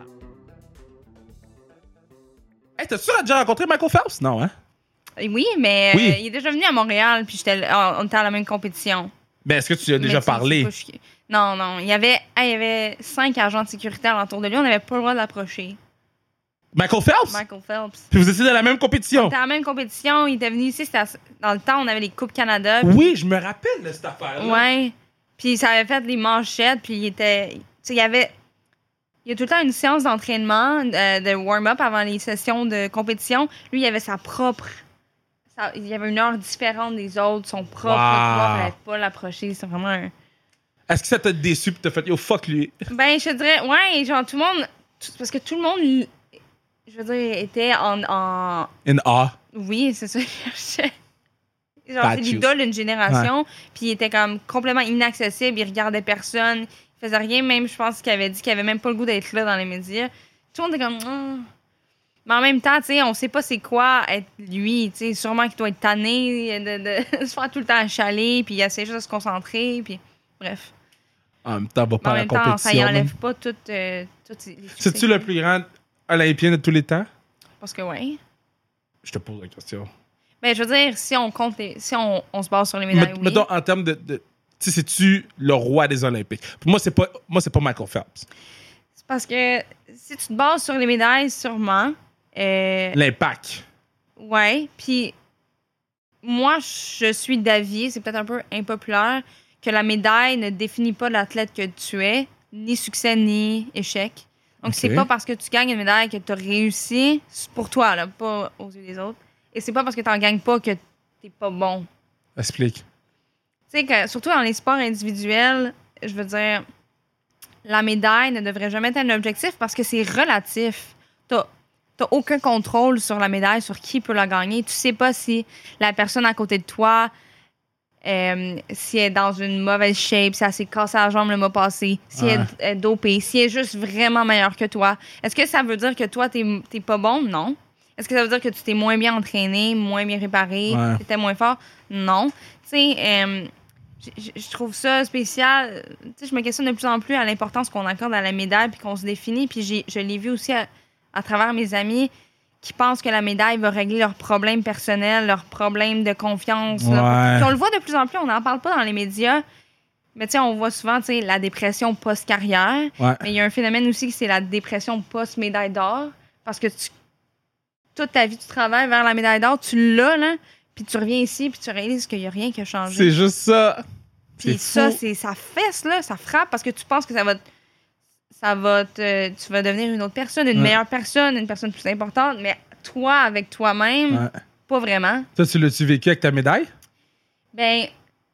Hey, t'as-tu déjà rencontré Michael Phelps? Non, hein? Oui, mais oui. Euh, il est déjà venu à Montréal, puis j'étais, on était à la même compétition. Ben, est-ce que tu as déjà mais parlé? C'est, c'est non, non. Il y, avait, il y avait cinq agents de sécurité alentour de lui. On n'avait pas le droit de l'approcher. Michael Phelps? Michael Phelps. Puis vous étiez dans la même compétition? On était à la même compétition. Il était venu ici. C'était à, dans le temps, on avait les Coupes Canada. Puis, oui, je me rappelle de cette affaire-là. Ouais. Puis ça avait fait les manchettes. Puis il était... Tu sais, il y avait... Il y a tout le temps une séance d'entraînement, euh, de warm-up avant les sessions de compétition. Lui, il avait sa propre... Sa, il y avait une heure différente des autres. Son propre pouvoir, il n'allait pas l'approcher. C'est vraiment un... Est-ce que ça t'a déçu pis t'as fait « Yo, fuck lui ». Ben, je te dirais... Ouais, genre tout le monde... Tout, parce que tout le monde... Je veux dire, était en... en... In awe. Oui, c'est ça que je cherchais. Genre, Pas c'est choose. l'idole d'une génération. Puis il était comme complètement inaccessible. Il regardait personne. Il faisait rien. Même, je pense qu'il avait dit qu'il avait même pas le goût d'être là dans les médias. Tout le monde était comme... Oh. Mais en même temps, tu sais, on sait pas c'est quoi être lui. Tu sais, sûrement qu'il doit être tanné de, de se faire tout le temps achaler. Puis il essaie juste de se concentrer. Puis bref. En même temps, va pas en à la même compétition. temps, ça y enlève pas toutes... Euh, toutes les C'est-tu le plus grand olympien de tous les temps? Parce que oui. Je te pose la question. Ben, je veux dire, si on compte, les, si on, on se base sur les médailles, Met, oui. Mettons, en termes de... de tu sais, c'est-tu le roi des Olympiques? Pour moi, c'est pas, moi, c'est pas Michael Phelps. C'est parce que si tu te bases sur les médailles, sûrement... Euh, L'impact. Ouais, puis moi, je suis d'avis, c'est peut-être un peu impopulaire, que la médaille ne définit pas l'athlète que tu es, ni succès, ni échec. Donc, Okay. c'est pas parce que tu gagnes une médaille que tu as réussi, c'est pour toi, là, pas aux yeux des autres. Et c'est pas parce que tu n'en gagnes pas que t'es pas bon. Explique. Tu sais, que surtout dans les sports individuels, je veux dire, la médaille ne devrait jamais être un objectif parce que c'est relatif. T'as T'as aucun contrôle sur la médaille, sur qui peut la gagner. Tu sais pas si la personne à côté de toi, euh, si elle est dans une mauvaise shape, si elle s'est cassée la jambe le mois passé, si Ouais. elle est dopée, si elle est juste vraiment meilleure que toi. Est-ce que ça veut dire que toi, t'es, t'es pas bon? Non. Est-ce que ça veut dire que tu t'es moins bien entraîné, moins bien réparé, Ouais. t'étais moins fort? Non. Tu sais, euh, je- je trouve ça spécial. Tu sais, je me questionne de plus en plus à l'importance qu'on accorde à la médaille puis qu'on se définit. Puis j'ai, je l'ai vu aussi à, à travers mes amis qui pensent que la médaille va régler leurs problèmes personnels, leurs problèmes de confiance. là. Ouais. Puis on le voit de plus en plus, on n'en parle pas dans les médias. Mais tu sais, on voit souvent tu sais, la dépression post-carrière. Ouais. Mais il y a un phénomène aussi qui c'est la dépression post-médaille d'or. Parce que tu, toute ta vie, tu travailles vers la médaille d'or, tu l'as, là, puis tu reviens ici, puis tu réalises qu'il n'y a rien qui a changé. C'est juste ça. Puis c'est ça, fou. c'est, ça fesse, là, ça frappe parce que tu penses que ça va te- ça va te, tu vas devenir une autre personne, une Ouais. meilleure personne, une personne plus importante, mais toi, avec toi-même, Ouais. pas vraiment. Toi, tu l'as-tu vécu avec ta médaille? Ben,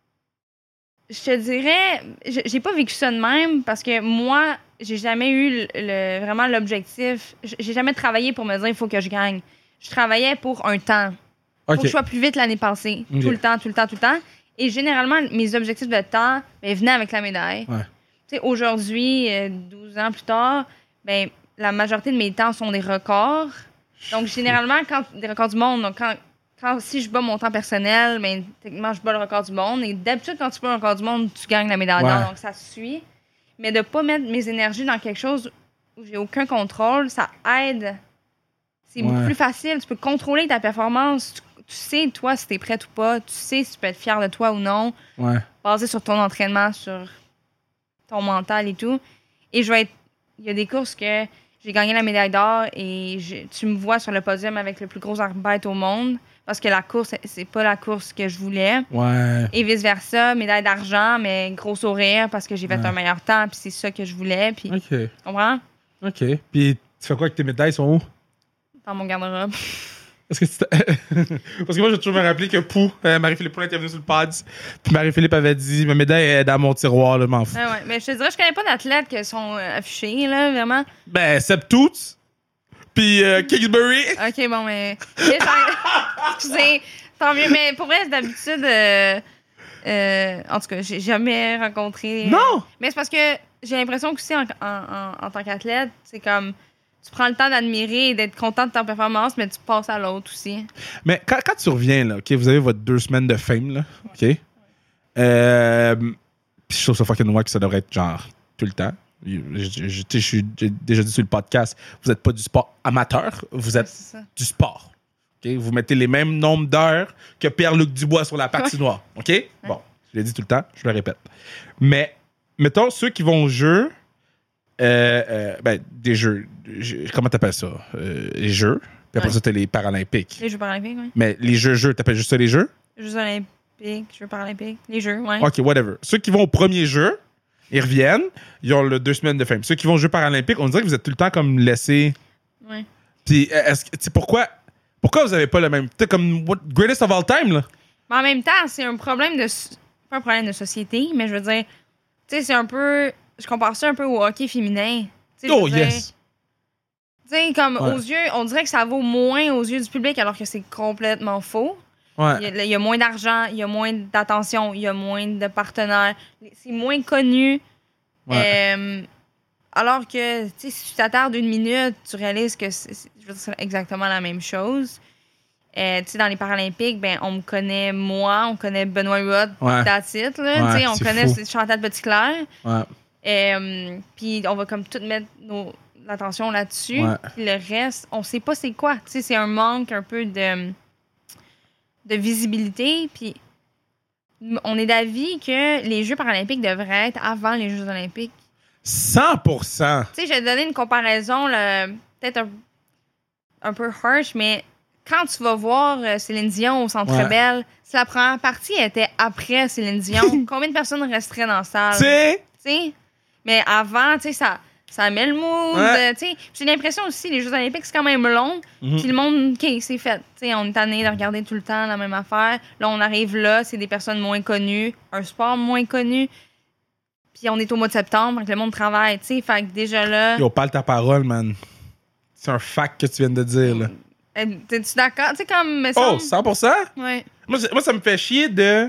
je te dirais, j'ai j'ai pas vécu ça de même parce que moi, j'ai jamais eu le, le- vraiment l'objectif. J'ai jamais travaillé pour me dire il faut que je gagne. Je travaillais pour un temps. Faut OK. que je sois plus vite l'année passée. Ok. Tout le temps, tout le temps, tout le temps. Et généralement, mes objectifs de temps ben, venaient avec la médaille. Ouais. Tu sais, aujourd'hui, euh, douze ans plus tard, ben, la majorité de mes temps sont des records. Donc, généralement, quand des records du monde, donc quand, quand si je bats mon temps personnel, ben, techniquement, je bats le record du monde. Et d'habitude, quand tu bats le record du monde, tu gagnes la médaille d'or. Ouais. Donc, ça suit. Mais de ne pas mettre mes énergies dans quelque chose où j'ai aucun contrôle, ça aide. C'est Ouais. beaucoup plus facile. Tu peux contrôler ta performance. Tu, tu sais, toi, si tu es prête ou pas. Tu sais si tu peux être fier de toi ou non. Ouais. Basé sur ton entraînement, sur ton mental et tout. Et je vais être... Il y a des courses que j'ai gagné la médaille d'or et je... tu me vois sur le podium avec le plus gros arbitre au monde parce que la course, c'est pas la course que je voulais. Ouais. Et vice-versa, médaille d'argent, mais gros sourire parce que j'ai fait Ouais. un meilleur temps puis c'est ça que je voulais. Puis, OK. tu comprends? OK. Puis, tu fais quoi avec tes médailles? Ils sont où? Dans mon garde-robe. Est-ce que tu Parce que moi, j'ai toujours me rappelé que Pou, euh, Marie-Philippe Poulin était venue sur le pod. Puis Marie-Philippe avait dit ma médaille est dans mon tiroir, là, m'en fous. Ah ouais, mais je te dirais, je connais pas d'athlètes qui sont euh, affichés, là, vraiment. Ben, Septoots. Puis euh, Kingsbury. Ok, bon, mais. Excusez, tant mieux, mais pour vrai, d'habitude. Euh, euh, en tout cas, j'ai jamais rencontré. Non! Mais c'est parce que j'ai l'impression que aussi, en, en, en, en tant qu'athlète, c'est comme. Tu prends le temps d'admirer et d'être content de ta performance, mais tu passes à l'autre aussi. Mais quand, quand tu reviens, là, OK, vous avez votre deux semaines de fame, là, OK? Euh, Puis je trouve ça fucking wack que ça devrait être genre tout le temps. Je, je, je, je suis j'ai déjà dit sur le podcast, vous n'êtes pas du sport amateur, vous êtes C'est ça. du sport. OK? Vous mettez les mêmes nombres d'heures que Pierre-Luc Dubois sur la patinoire. OK? Bon, je l'ai dit tout le temps, je le répète. Mais, mettons, ceux qui vont au jeu, euh, euh, ben, des jeux, je- comment t'appelles ça? Euh, les jeux. Puis après Ouais. ça, t'as les Paralympiques. Les Jeux paralympiques, oui. Mais les jeux, jeux, t'appelles juste ça les jeux? Jeux olympiques, Jeux paralympiques, les Jeux, ouais. OK, whatever. Ceux qui vont au premier jeu, ils reviennent, ils ont le deux semaines de fame. Ceux qui vont aux Jeux paralympiques, on dirait que vous êtes tout le temps comme laissés. Ouais. Puis, euh, est-ce que, tu sais, pourquoi, pourquoi vous avez pas le même. Tu sais, comme what, greatest of all time, là? Mais en même temps, c'est un problème de. so- Pas un problème de société, mais je veux dire. Tu sais, c'est un peu. Je compare ça un peu au hockey féminin. Tu sais, je Oh, veux dire, yes! Tu sais, comme Ouais. aux yeux, on dirait que ça vaut moins aux yeux du public alors que c'est complètement faux. Il y, Ouais. a, il y a moins d'argent, il y a moins d'attention, il y a moins de partenaires. C'est moins connu. Ouais. Euh, alors que, tu sais, si tu t'attardes une minute, tu réalises que c'est c'est- je veux dire, c'est exactement la même chose. Euh, tu sais, dans les Paralympiques, ben, on me connaît moi, on connaît Benoît Huot, Ouais. that's it, là. Ouais, Tu sais, on c'est connaît fou. Chantal Petitclerc. Ouais. Euh, puis on va comme tout mettre nos, l'attention là-dessus. Ouais. Puis le reste, on sait pas c'est quoi. Tu sais, c'est un manque un peu de, de visibilité. Puis on est d'avis que les Jeux paralympiques devraient être avant les Jeux olympiques. cent pour cent. Tu sais, je vais te donner une comparaison, là, peut-être un, un peu harsh, mais quand tu vas voir euh, Céline Dion au Centre Ouais. Bell, si la première partie était après Céline Dion, combien de personnes resteraient dans la salle? Tu sais? Tu sais? Mais avant, tu sais, ça, ça met le mood. Ouais. euh, tu sais. J'ai l'impression aussi, les Jeux olympiques, c'est quand même long. Mhm. Puis le monde, OK, c'est fait. Tu sais, on est tanné de regarder tout le temps la même affaire. Là, on arrive là, c'est des personnes moins connues, un sport moins connu. Puis on est au mois de septembre, donc le monde travaille, tu sais. Fait que déjà là... Yo, parle ta parole, man. C'est un fact que tu viens de dire, là. euh, T'es-tu d'accord? Tu sais, comme... me Oh, semble- cent pour cent? Ouais. Moi, c'est- moi, ça me fait chier de.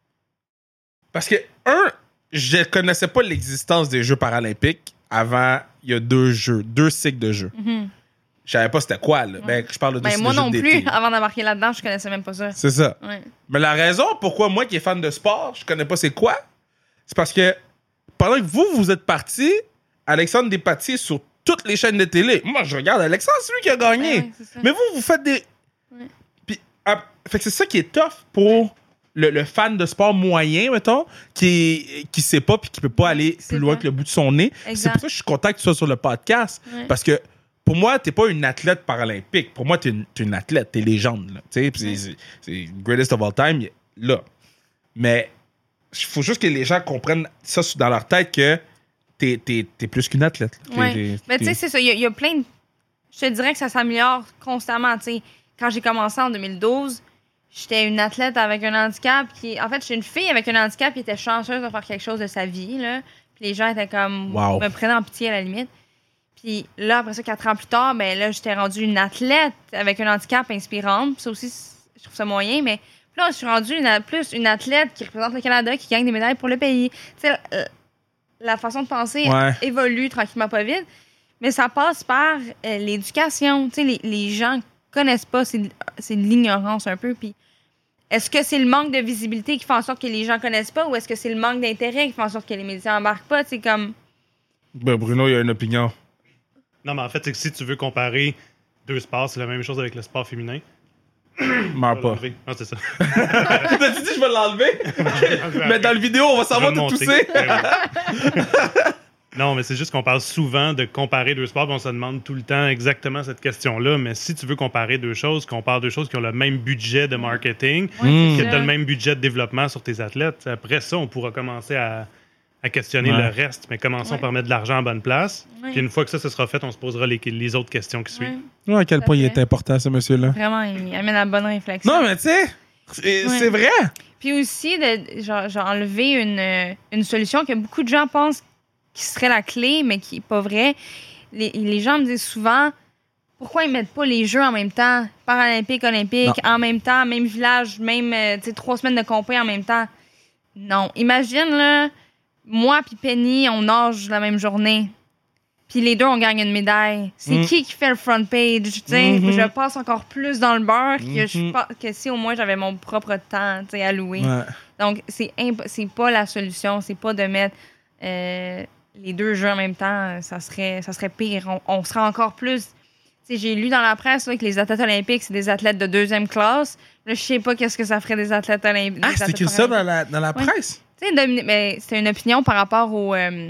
Parce que, un, je connaissais pas l'existence des Jeux paralympiques avant il y a deux jeux, deux cycles de jeux. Mhm. Je savais pas c'était quoi, là. Ben, je parle de deux Ben, cycles moi de jeux non d'été. plus, avant d'embarquer là-dedans, je connaissais même pas ça. C'est ça. Ouais. Mais la raison pourquoi moi qui est fan de sport, je connais pas c'est quoi, c'est parce que pendant que vous, vous êtes parti, Alexandre Despatie sur toutes les chaînes de télé. Moi, je regarde Alexandre, c'est lui qui a gagné. Ouais, ouais, c'est ça. Mais vous, vous faites des. Ouais. Puis, ah, fait que c'est ça qui est tough pour le, le fan de sport moyen, mettons, qui, qui sait pas puis qui peut pas aller C'est plus loin pas. que le bout de son nez. C'est Exact. pour ça que je suis content que tu sois sur le podcast. Ouais. Parce que pour moi, t'es pas une athlète paralympique. Pour moi, t'es une, t'es une athlète, t'es légende. Là. Tu sais, puis c'est- c'est, c'est greatest of all time, là. Mais il faut juste que les gens comprennent ça dans leur tête que t'es, t'es, t'es plus qu'une athlète. T'es- Ouais. t'es- Mais tu sais, t'es- c'est ça. Il y, a- il y a plein de. Je te dirais que ça s'améliore constamment. Tu sais, quand j'ai commencé en deux mille douze, j'étais une athlète avec un handicap qui. En fait, j'étais une fille avec un handicap qui était chanceuse de faire quelque chose de sa vie. Là. Puis les gens étaient comme. Wow. Me prenaient en pitié à la limite. Puis là, après ça, quatre ans plus tard, ben là, j'étais rendue une athlète avec un handicap inspirante. Puis ça aussi, c'est- je trouve ça moyen. Mais puis là, je suis rendue une, plus une athlète qui représente le Canada, qui gagne des médailles pour le pays. Tu sais, euh, la façon de penser ouais. évolue tranquillement pas vite. Mais ça passe par euh, l'éducation. Tu sais, les, les gens connaissent pas, c'est, c'est de l'ignorance un peu. Puis est-ce que c'est le manque de visibilité qui fait en sorte que les gens connaissent pas ou est-ce que c'est le manque d'intérêt qui fait en sorte que les médias embarquent pas? C'est comme... Ben, Bruno, il a une opinion. Non, mais en fait, c'est que si tu veux comparer deux sports, c'est la même chose avec le sport féminin. Meurs pas. Non, c'est ça. T'as-tu dit je vais l'enlever? Mais dans le vidéo, on va savoir tout tousser. Non, mais c'est juste qu'on parle souvent de comparer deux sports, puis on se demande tout le temps exactement cette question-là. Mais si tu veux comparer deux choses, qu'on parle de choses qui ont le même budget de marketing, Ouais, que tu as le même budget de développement sur tes athlètes, après ça, on pourra commencer à, à questionner ouais. le reste. Mais commençons Ouais. par mettre de l'argent en bonne place. Ouais. Puis une fois que ça, ce sera fait, on se posera les, les autres questions qui suivent. Ouais. Ouais, à quel Tout à point il fait. est important, ce monsieur-là. Vraiment, il amène la bonne réflexion. Non, mais tu sais, c'est, Ouais. c'est vrai. Puis aussi, de, genre, genre enlever une, euh, une solution que beaucoup de gens pensent qui serait la clé, mais qui n'est pas vrai. Les, les gens me disent souvent, pourquoi ils mettent pas les Jeux en même temps? Paralympiques, Olympiques, en même temps, même village, même euh, tu sais, trois semaines de compé en même temps. Non. Imagine, là, moi puis Penny, on nage la même journée. Puis les deux, on gagne une médaille. C'est Mm. qui qui fait le front page? Tu sais, Mhm. je passe encore plus dans le beurre que, je Mhm. pa- que si au moins j'avais mon propre temps tu sais, alloué. Ouais. Donc, c'est, imp- c'est pas la solution. C'est pas de mettre euh, les deux jeux en même temps. Ça serait, ça serait pire. On, on serait encore plus... Tu sais, j'ai lu dans la presse là, que les athlètes olympiques, c'est des athlètes de deuxième classe. Là, je sais pas qu'est-ce que ça ferait des athlètes olympiques. Ah, c'est écrit ça dans la, dans la Ouais. presse? Tu sais, Dominique- ben, c'était une opinion par rapport aux, euh,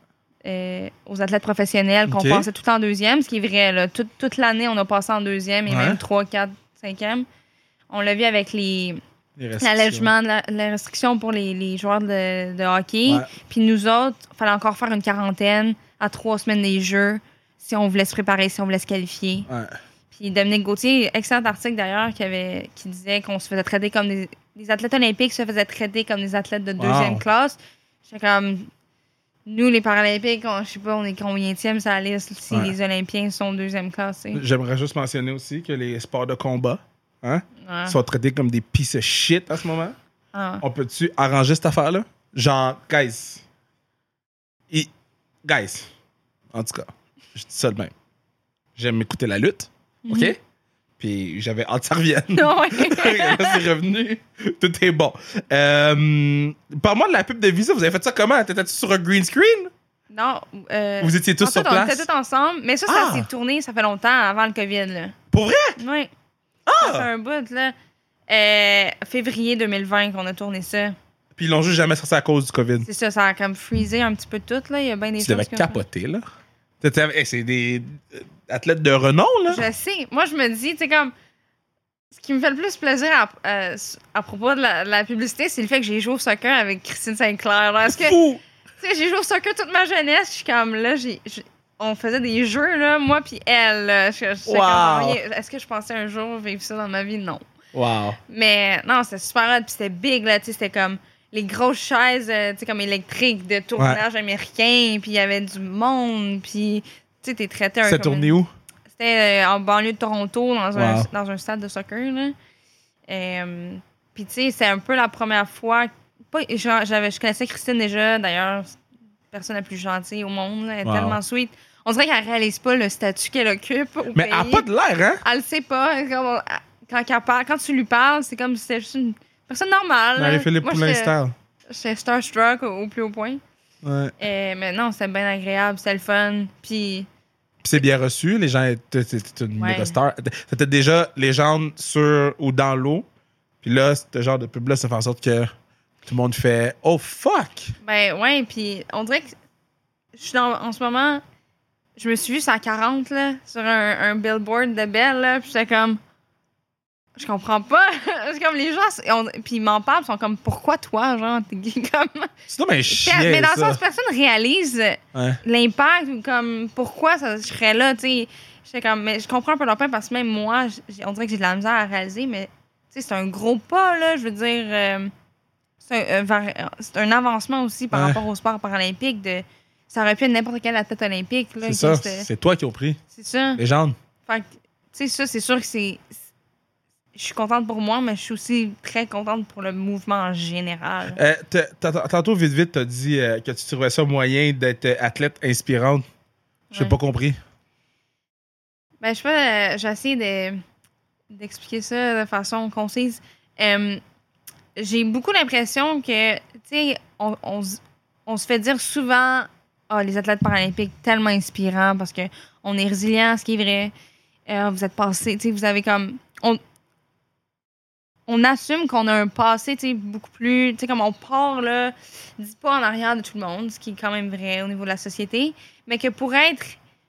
euh, aux athlètes professionnels qu'on Ok. passait tout en deuxième, ce qui est vrai. Là. Toute, toute l'année, on a passé en deuxième et Ouais. même trois, quatre, cinquième. On l'a vu avec les, Les restrictions. l'allègement de la, la restriction pour les, les joueurs de, de hockey. Ouais. Puis nous autres, il fallait encore faire une quarantaine à trois semaines des Jeux si on voulait se préparer, si on voulait se qualifier. Ouais. Puis Dominique Gauthier, excellent article d'ailleurs, qui, avait, qui disait qu'on se faisait traiter comme des... Les athlètes olympiques se faisaient traiter comme des athlètes de deuxième Wow. classe. J'étais comme... Nous, les Paralympiques, on, je sais pas, on est combienième sur la liste si Ouais. les Olympiens sont deuxième classe. tu sais. J'aimerais juste mentionner aussi que les sports de combat hein, Ouais. sont traités comme des pieces of shit en ce moment. Ah. On peut-tu arranger cette affaire-là? Genre, guys. I- guys. En tout cas, je dis ça de même. J'aime écouter la lutte. OK? Mhm. Puis j'avais hâte que ça revienne. Ouais. Là, c'est revenu. Tout est bon. Euh, Parle-moi de la pub de Visa. Vous avez fait ça comment? T'étais-tu sur un green screen? Non. euh, Vous étiez tous en fait, sur on place? était tous ensemble, mais ça, ça Ah! s'est tourné, ça fait longtemps, avant le COVID. Là. Pour vrai? Oui. Ah! Ça fait un bout, là. Euh, février deux mille vingt qu'on a tourné ça. Puis ils l'ont juste jamais sorti à cause du COVID. C'est ça, ça a comme freezé un petit peu tout, là. Il y a bien des Tu choses devais comme capoter, là. T'étais avec- hey, c'est des euh, athlètes de renom, là. ça. Je sais. Moi, je me dis, tu sais, comme... Ce qui me fait le plus plaisir à, à, à propos de la, de la publicité, c'est le fait que j'ai joué au soccer avec Christine Sinclair. Là. Est-ce que... Fou! Tu sais, j'ai joué au soccer toute ma jeunesse. Je suis comme, là, j'ai... j'ai- on faisait des jeux, là, moi puis elle. Là. Je, je, j'étais Wow. comme, est-ce que je pensais un jour vivre ça dans ma vie? Non. Wow. Mais non, c'était super hot, puis c'était big, là, tu sais, c'était comme les grosses chaises, euh, tu sais, comme électriques de tournage américain, puis il y avait du monde, puis, tu sais, t'es traité un... C'est comme tourné une- où? C'était euh, en banlieue de Toronto, dans, un, Wow. dans un stade de soccer, là. Euh, puis, tu sais, c'est un peu la première fois... Pas, genre, j'avais, je connaissais Christine déjà, d'ailleurs, c'est la personne la plus gentille au monde, là, elle est Wow. tellement sweet. On dirait qu'elle réalise pas le statut qu'elle occupe au Mais pays. elle a pas de l'air, hein? Elle le sait pas. Elle- Comme, elle- quand, elle parle, quand tu lui parles, c'est comme si c'était juste une personne normale. là. Marie-Philippe Moi, Poulin j'étais- style. J'étais starstruck au, au plus haut point. Ouais. Euh, mais non, c'était bien agréable, c'était le fun. Puis, Puis c'est bien reçu. Les gens étaient t'étais une Ouais. méga star. T'étais déjà légende sur ou dans l'eau. Puis là, ce genre de pub-là, ça fait en sorte que tout le monde fait « Oh, fuck! ben ouais, puis on dirait que je suis dans, en ce moment, je me suis vue sur la quarante, là, sur un, un billboard de Belle, là, puis j'étais comme, je comprends pas. C'est comme les gens, c'est- on- puis ils m'en parlent, ils sont comme, pourquoi toi, genre, t'es gay comme. » C'est donc un chien, Mais dans le ça. sens, personne réalise Ouais. l'impact ou comme pourquoi ça, je serais là, tu sais. J'étais comme, mais je comprends un peu leur peine parce que même moi, j'ai- on dirait que j'ai de la misère à réaliser, mais tu sais, c'est un gros pas, là. Je veux dire, euh, c'est un, un vari- c'est un avancement aussi par Ouais. rapport au sport paralympique. De, ça aurait pu être n'importe quel athlète olympique, là. C'est que ça. c'était- C'est toi qui as pris. C'est ça. Légende. Fait que, tu sais, ça, c'est sûr que c'est. je suis contente pour moi, mais je suis aussi très contente pour le mouvement en général. Euh, t'as- t'as- tantôt, vite, vite, t'as dit euh, que tu trouvais ça moyen d'être euh, athlète inspirante. J'ai Ouais. pas compris. Ben, je sais pas, euh, j'ai essayé de, d'expliquer ça de façon concise. Euh, j'ai beaucoup l'impression que, tu sais, on, on, s- on se fait dire souvent, ah, les athlètes paralympiques, tellement inspirants parce que on est résilient, ce qui est vrai. Euh, vous êtes passé, tu sais, vous avez comme. On, on assume qu'on a un passé, tu sais, beaucoup plus. Tu sais, comme on part, là, dix pas en arrière de tout le monde, ce qui est quand même vrai au niveau de la société, mais que pour être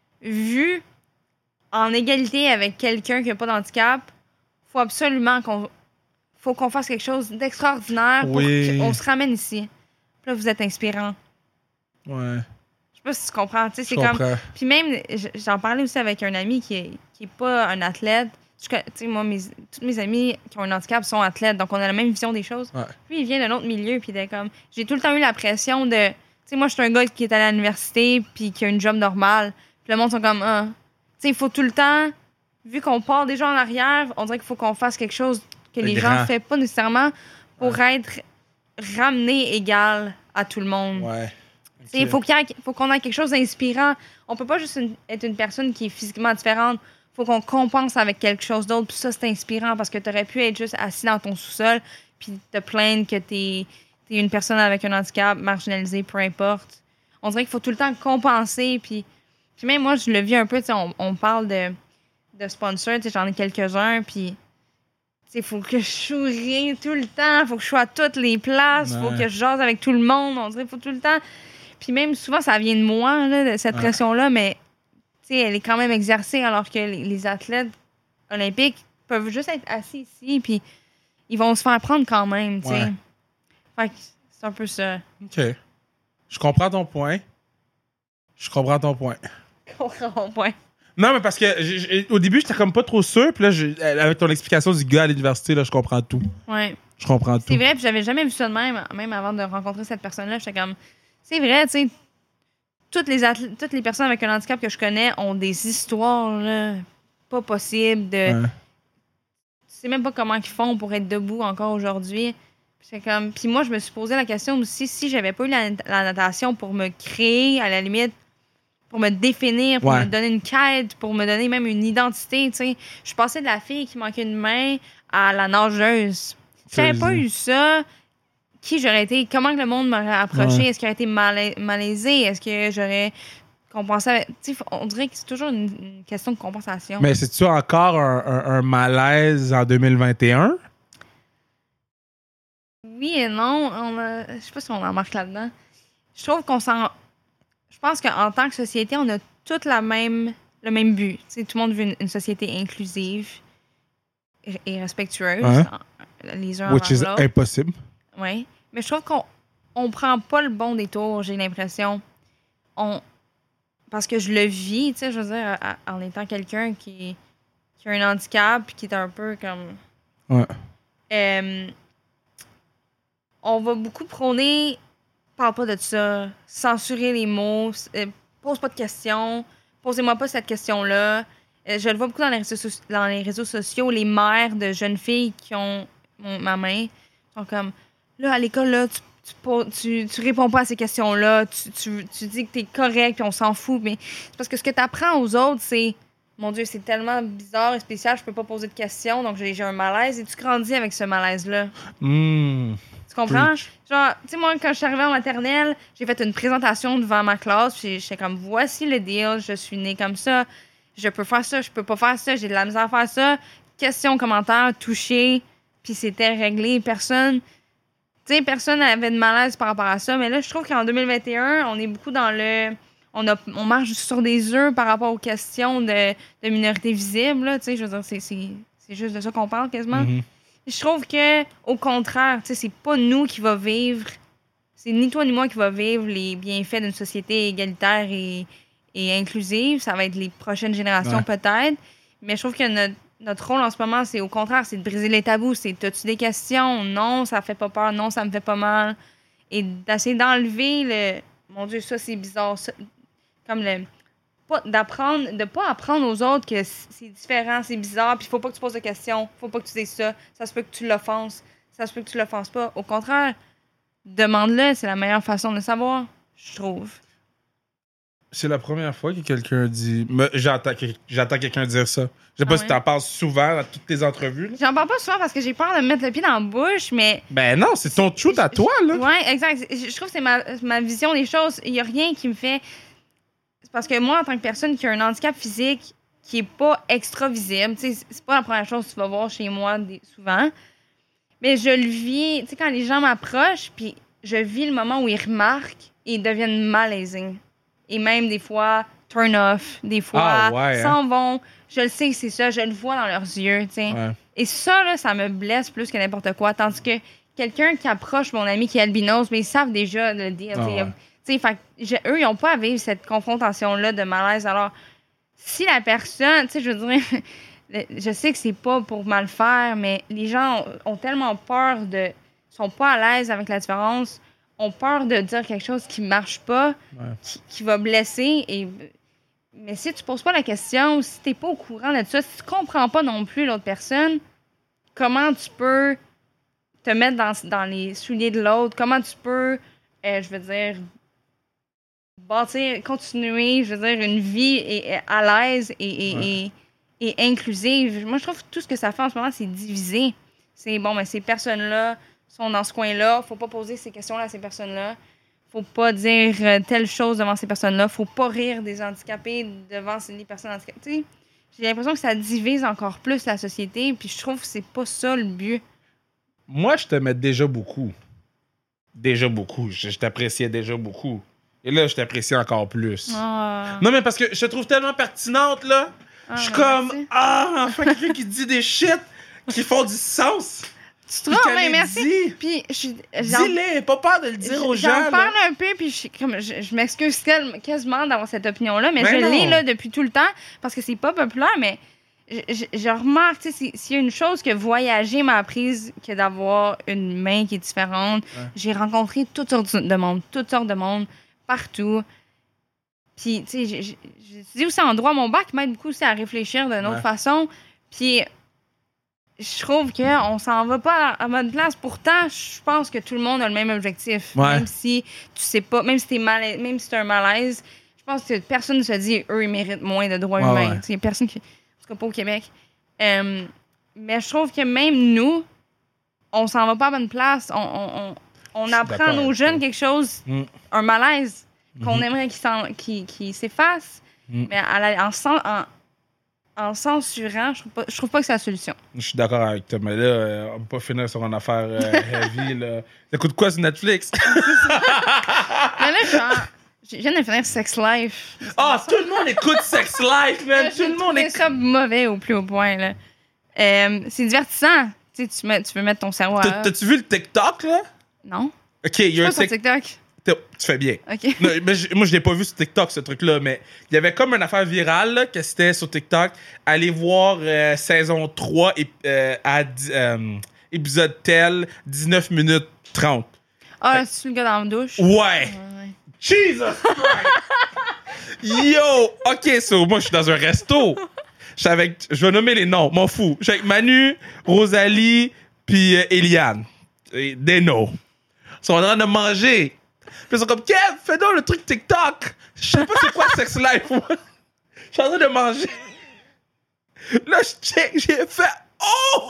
vu en égalité avec quelqu'un qui n'a pas d'handicap, faut absolument qu'on faut qu'on fasse quelque chose d'extraordinaire Oui. pour qu'on se ramène ici. Puis là, vous êtes inspirant. Ouais. Je sais pas si tu comprends. Tu sais, Je c'est comme. comprends. Puis même, j- j'en parlais aussi avec un ami qui est, qui est pas un athlète. Je co- Tu sais, moi, mes, tous mes amis qui ont un handicap sont athlètes, donc on a la même vision des choses. Ouais. Lui, il vient d'un autre milieu, puis il est comme. J'ai tout le temps eu la pression de. Tu sais, moi, je suis un gars qui est allé à l'université, puis qui a une job normale. Puis le monde sont comme. Ah. Tu sais, il faut tout le temps. Vu qu'on part déjà en arrière, on dirait qu'il faut qu'on fasse quelque chose que De les grand. gens ne font pas nécessairement pour être ramené égal à tout le monde. Ouais. Tu sais, Il faut, qu'il y ait- faut qu'on ait quelque chose d'inspirant. On peut pas juste une- être une personne qui est physiquement différente. Faut qu'on compense avec quelque chose d'autre. Puis ça, c'est inspirant parce que tu aurais pu être juste assis dans ton sous-sol puis te plaindre que t'es es une personne avec un handicap, marginalisée, peu importe. On dirait qu'il faut tout le temps compenser. Puis, puis même moi, je le vis un peu. tu sais, On, on parle de, de sponsors. tu sais, J'en ai quelques-uns. Puis il faut que je sourie tout le temps. faut que je sois à toutes les places. faut Ouais. que je jase avec tout le monde. On dirait qu'il faut tout le temps... Puis même, souvent, ça vient de moi, là, de cette Ouais. pression-là, mais tu sais, elle est quand même exercée alors que les, les athlètes olympiques peuvent juste être assis ici, puis ils vont se faire prendre quand même, tu sais. Ouais. Fait que c'est un peu ça. OK. Je comprends ton point. Je comprends ton point. Comprends mon point. Non, mais parce que j'ai- j'ai- au début, j'étais comme pas trop sûr. Puis là, j'ai- avec ton explication du gars à l'université, là, je comprends tout. Ouais. Je comprends tout. C'est vrai, puis j'avais jamais vu ça de même, même avant de rencontrer cette personne-là. J'étais comme, c'est vrai, tu sais, toutes les, athlètes, toutes les personnes avec un handicap que je connais ont des histoires, là, pas possibles de. Ouais. Tu sais même pas comment ils font pour être debout encore aujourd'hui. Puis c'est comme... Puis moi, je me suis posé la question aussi, si j'avais pas eu la, la natation pour me créer, à la limite, pour me définir, pour Ouais. me donner une quête, pour me donner même une identité, tu sais. Je suis passée de la fille qui manquait une main à la nageuse. Si j'avais pas Crazy. eu ça, qui j'aurais été? Comment que le monde m'aurait approché? Ouais. Est-ce qu'il aurait été mala- malaisé? Est-ce que j'aurais compensé avec... Tu sais, on dirait que c'est toujours une, une question de compensation. Mais c'est-tu encore un, un- un malaise en deux mille vingt et un? Oui et non. On a... Je sais pas si on embarque là-dedans. Je trouve qu'on s'en... Je pense qu'en tant que société, on a toute la même... le même but. Tu sais, tout le monde veut une, une société inclusive et, et respectueuse. Ouais. en- les uns Which is envers l'autre. impossible. Oui. Mais je trouve qu'on on prend pas le bon détour, j'ai l'impression. On... Parce que je le vis, tu sais, je veux dire, à- à- en étant quelqu'un qui, qui a un handicap puis qui est un peu comme... Ouais. Euh, on va beaucoup prôner, parle pas de ça, censurer les mots, euh, pose pas de questions, posez-moi pas cette question-là. Euh, je le vois beaucoup dans les, réseaux, so- dans les réseaux sociaux, les mères de jeunes filles qui ont mon- ma main sont comme, là, à l'école, là, tu, tu, po- tu, tu réponds pas à ces questions-là, tu, tu, tu dis que t'es correct puis on s'en fout, mais c'est parce que ce que t'apprends aux autres, c'est, mon Dieu, c'est tellement bizarre et spécial, je peux pas poser de questions, donc j'ai j'ai un malaise, et tu grandis avec ce malaise-là. Hmm. Tu comprends? Preach. Genre, tu sais, moi, quand je suis arrivée en maternelle, j'ai fait une présentation devant ma classe, puis j'étais comme, voici le deal, je suis née comme ça, je peux faire ça, je peux pas faire ça, j'ai de la misère à faire ça. Questions, commentaires, toucher, puis c'était réglé. Personne, tu sais, personne n'avait de malaise par rapport à ça, mais là, je trouve qu'en deux mille vingt et un, on est beaucoup dans le... On, a, on marche sur des œufs par rapport aux questions de, de minorités visibles, là, tu sais, je veux dire, c'est, c'est, c'est juste de ça qu'on parle quasiment. Mhm. Je trouve que au contraire, tu sais, c'est pas nous qui va vivre, c'est ni toi ni moi qui va vivre les bienfaits d'une société égalitaire et, et inclusive. Ça va être les prochaines générations Ouais. peut-être. Mais je trouve que notre, notre rôle en ce moment, c'est au contraire, c'est de briser les tabous. C'est t'as-tu des questions? Non, ça fait pas peur. Non, ça me fait pas mal. Et d'essayer d'enlever le. Mon Dieu, ça c'est bizarre. Ça... Comme le. pas, d'apprendre, de pas apprendre aux autres que c'est différent, c'est bizarre, puis faut pas que tu poses de questions, faut pas que tu dises ça, ça se peut que tu l'offenses, ça se peut que tu l'offenses pas. Au contraire, demande-le, c'est la meilleure façon de le savoir, je trouve. C'est la première fois que quelqu'un dit... Me... J'entends, J'entends quelqu'un dire ça. Je sais pas ah si ouais? t'en parles souvent dans toutes tes entrevues. Là. J'en parle pas souvent parce que j'ai peur de me mettre le pied dans la bouche, mais... Ben non, c'est ton truth à toi, là. Ouais, exact. Je trouve que c'est ma, ma vision des choses. Il y a rien qui me fait... Parce que moi, en tant que personne qui a un handicap physique qui est pas extra visible, tu sais, c'est pas la première chose que tu vas voir chez moi des, souvent, mais je le vis... Tu sais, quand les gens m'approchent, puis je vis le moment où ils remarquent et ils deviennent malaisés. Et même des fois, turn off, des fois, ah, ouais, s'en hein? vont. Je le sais que c'est ça, je le vois dans leurs yeux, tu sais. Ouais. Et ça, là, ça me blesse plus que n'importe quoi. Tandis que quelqu'un qui approche mon ami qui est albinos, mais ils savent déjà le dire. Ah, ouais. Tu sais, fait je, eux, ils n'ont pas à vivre cette confrontation-là de malaise. Alors, si la personne, tu sais, je veux dire, je sais que c'est pas pour mal faire, mais les gens ont, ont tellement peur de... sont pas à l'aise avec la différence, ont peur de dire quelque chose qui marche pas, ouais. qui, qui va blesser. Et... Mais si tu poses pas la question, si t'es pas au courant de ça, si tu comprends pas non plus l'autre personne, comment tu peux te mettre dans, dans les souliers de l'autre? Comment tu peux, euh, je veux dire, bâtir, continuer, je veux dire, une vie et, et à l'aise et, et, ouais. et, et inclusive? Moi, je trouve que tout ce que ça fait en ce moment, c'est diviser. C'est bon, mais ces personnes-là sont dans ce coin-là. Faut pas poser ces questions-là à ces personnes-là. Faut pas dire euh, telle chose devant ces personnes-là. Faut pas rire des handicapés devant les personnes handicapées. T'sais, j'ai l'impression que ça divise encore plus la société. Puis je trouve que c'est pas ça le but. Moi, je t'aimais déjà beaucoup. Déjà beaucoup. Je, je t'appréciais déjà beaucoup. Et là, je t'apprécie encore plus. Oh. Non, mais parce que je te trouve tellement pertinente, là. Ah, je suis ben comme, merci. ah, enfin, quelqu'un qui dit des shit qui font du sens. Tu trouves? Puis Mais qu'elle merci. les dit. Puis je- j'en- Dis-les, pas peur de le dire aux gens. J'en là. parle un peu, puis je, comme, je, je m'excuse quel- quasiment d'avoir cette opinion-là, mais Ben je non. l'ai là, depuis tout le temps, parce que c'est pas populaire, mais je, je, je remarque, tu sais, s'il y a une chose que voyager m'a apprise que d'avoir une main qui est différente, Ouais. j'ai rencontré toutes sortes de monde, toutes sortes de monde, partout. Puis, tu sais, j'ai- j'ai j'ai étudié aussi en droit. Mon bac m'aide beaucoup aussi à réfléchir d'une autre Ouais. façon. Puis, je trouve qu'on s'en va pas à la bonne place. Pourtant, je pense que tout le monde a le même objectif. Ouais. Même si tu sais pas, même si t'es mal, même si t'as un malaise, je pense que personne ne se dit eux, ils méritent moins de droits Ouais, humains. ouais. Il y a personne qui. En tout cas, pas au Québec. Euh, mais je trouve que même nous, on s'en va pas à bonne place. On, on, on, on suis apprend à d'accord nos avec jeunes toi. quelque chose, Mm. un malaise, qu'on Mhm. aimerait qu'il s'en- qu'il- qu'il s'efface. Mm. Mais à la- en, sen- en, en censurant, je trouve pas, je trouve pas que c'est la solution. Je suis d'accord avec toi, mais là, euh, on va pas finir sur une affaire euh, heavy, là. Ça coûte quoi sur Netflix? Mais là, je suis en- je viens de finir Sex Life. Ah, tout le monde écoute Sex Life, man! Tout J'ai le monde trouvé écoute. ça mauvais au plus haut point. Là. Euh, c'est divertissant. Tu sais, tu, mets, tu veux mettre ton cerveau à... T'as- T'as-tu vu le TikTok, là? Non? Ok, il y Je a un suis pas sur TikTok. TikTok. Tu fais bien. OK. Non, mais je- moi, je l'ai pas vu sur TikTok, ce truc-là, mais il y avait comme une affaire virale là, que c'était sur TikTok. Allez voir euh, saison trois, ép- euh, à dix- euh, épisode tel, dix-neuf minutes trente. Ah, c'est le gars dans la douche? Ouais! Ouais, ouais. Jesus Christ! Yo! OK, so, moi, je suis dans un resto. Je suis avec... Je vais nommer les noms, m'en fous. Je suis avec Manu, Rosalie, puis euh, Eliane. Et Deno. Ils sont en train de manger. Puis ils sont comme, Kev, fais donc le truc TikTok. Je sais pas c'est quoi Sex Life, moi. Je suis en train de manger. Là, je check, j'ai fait, oh!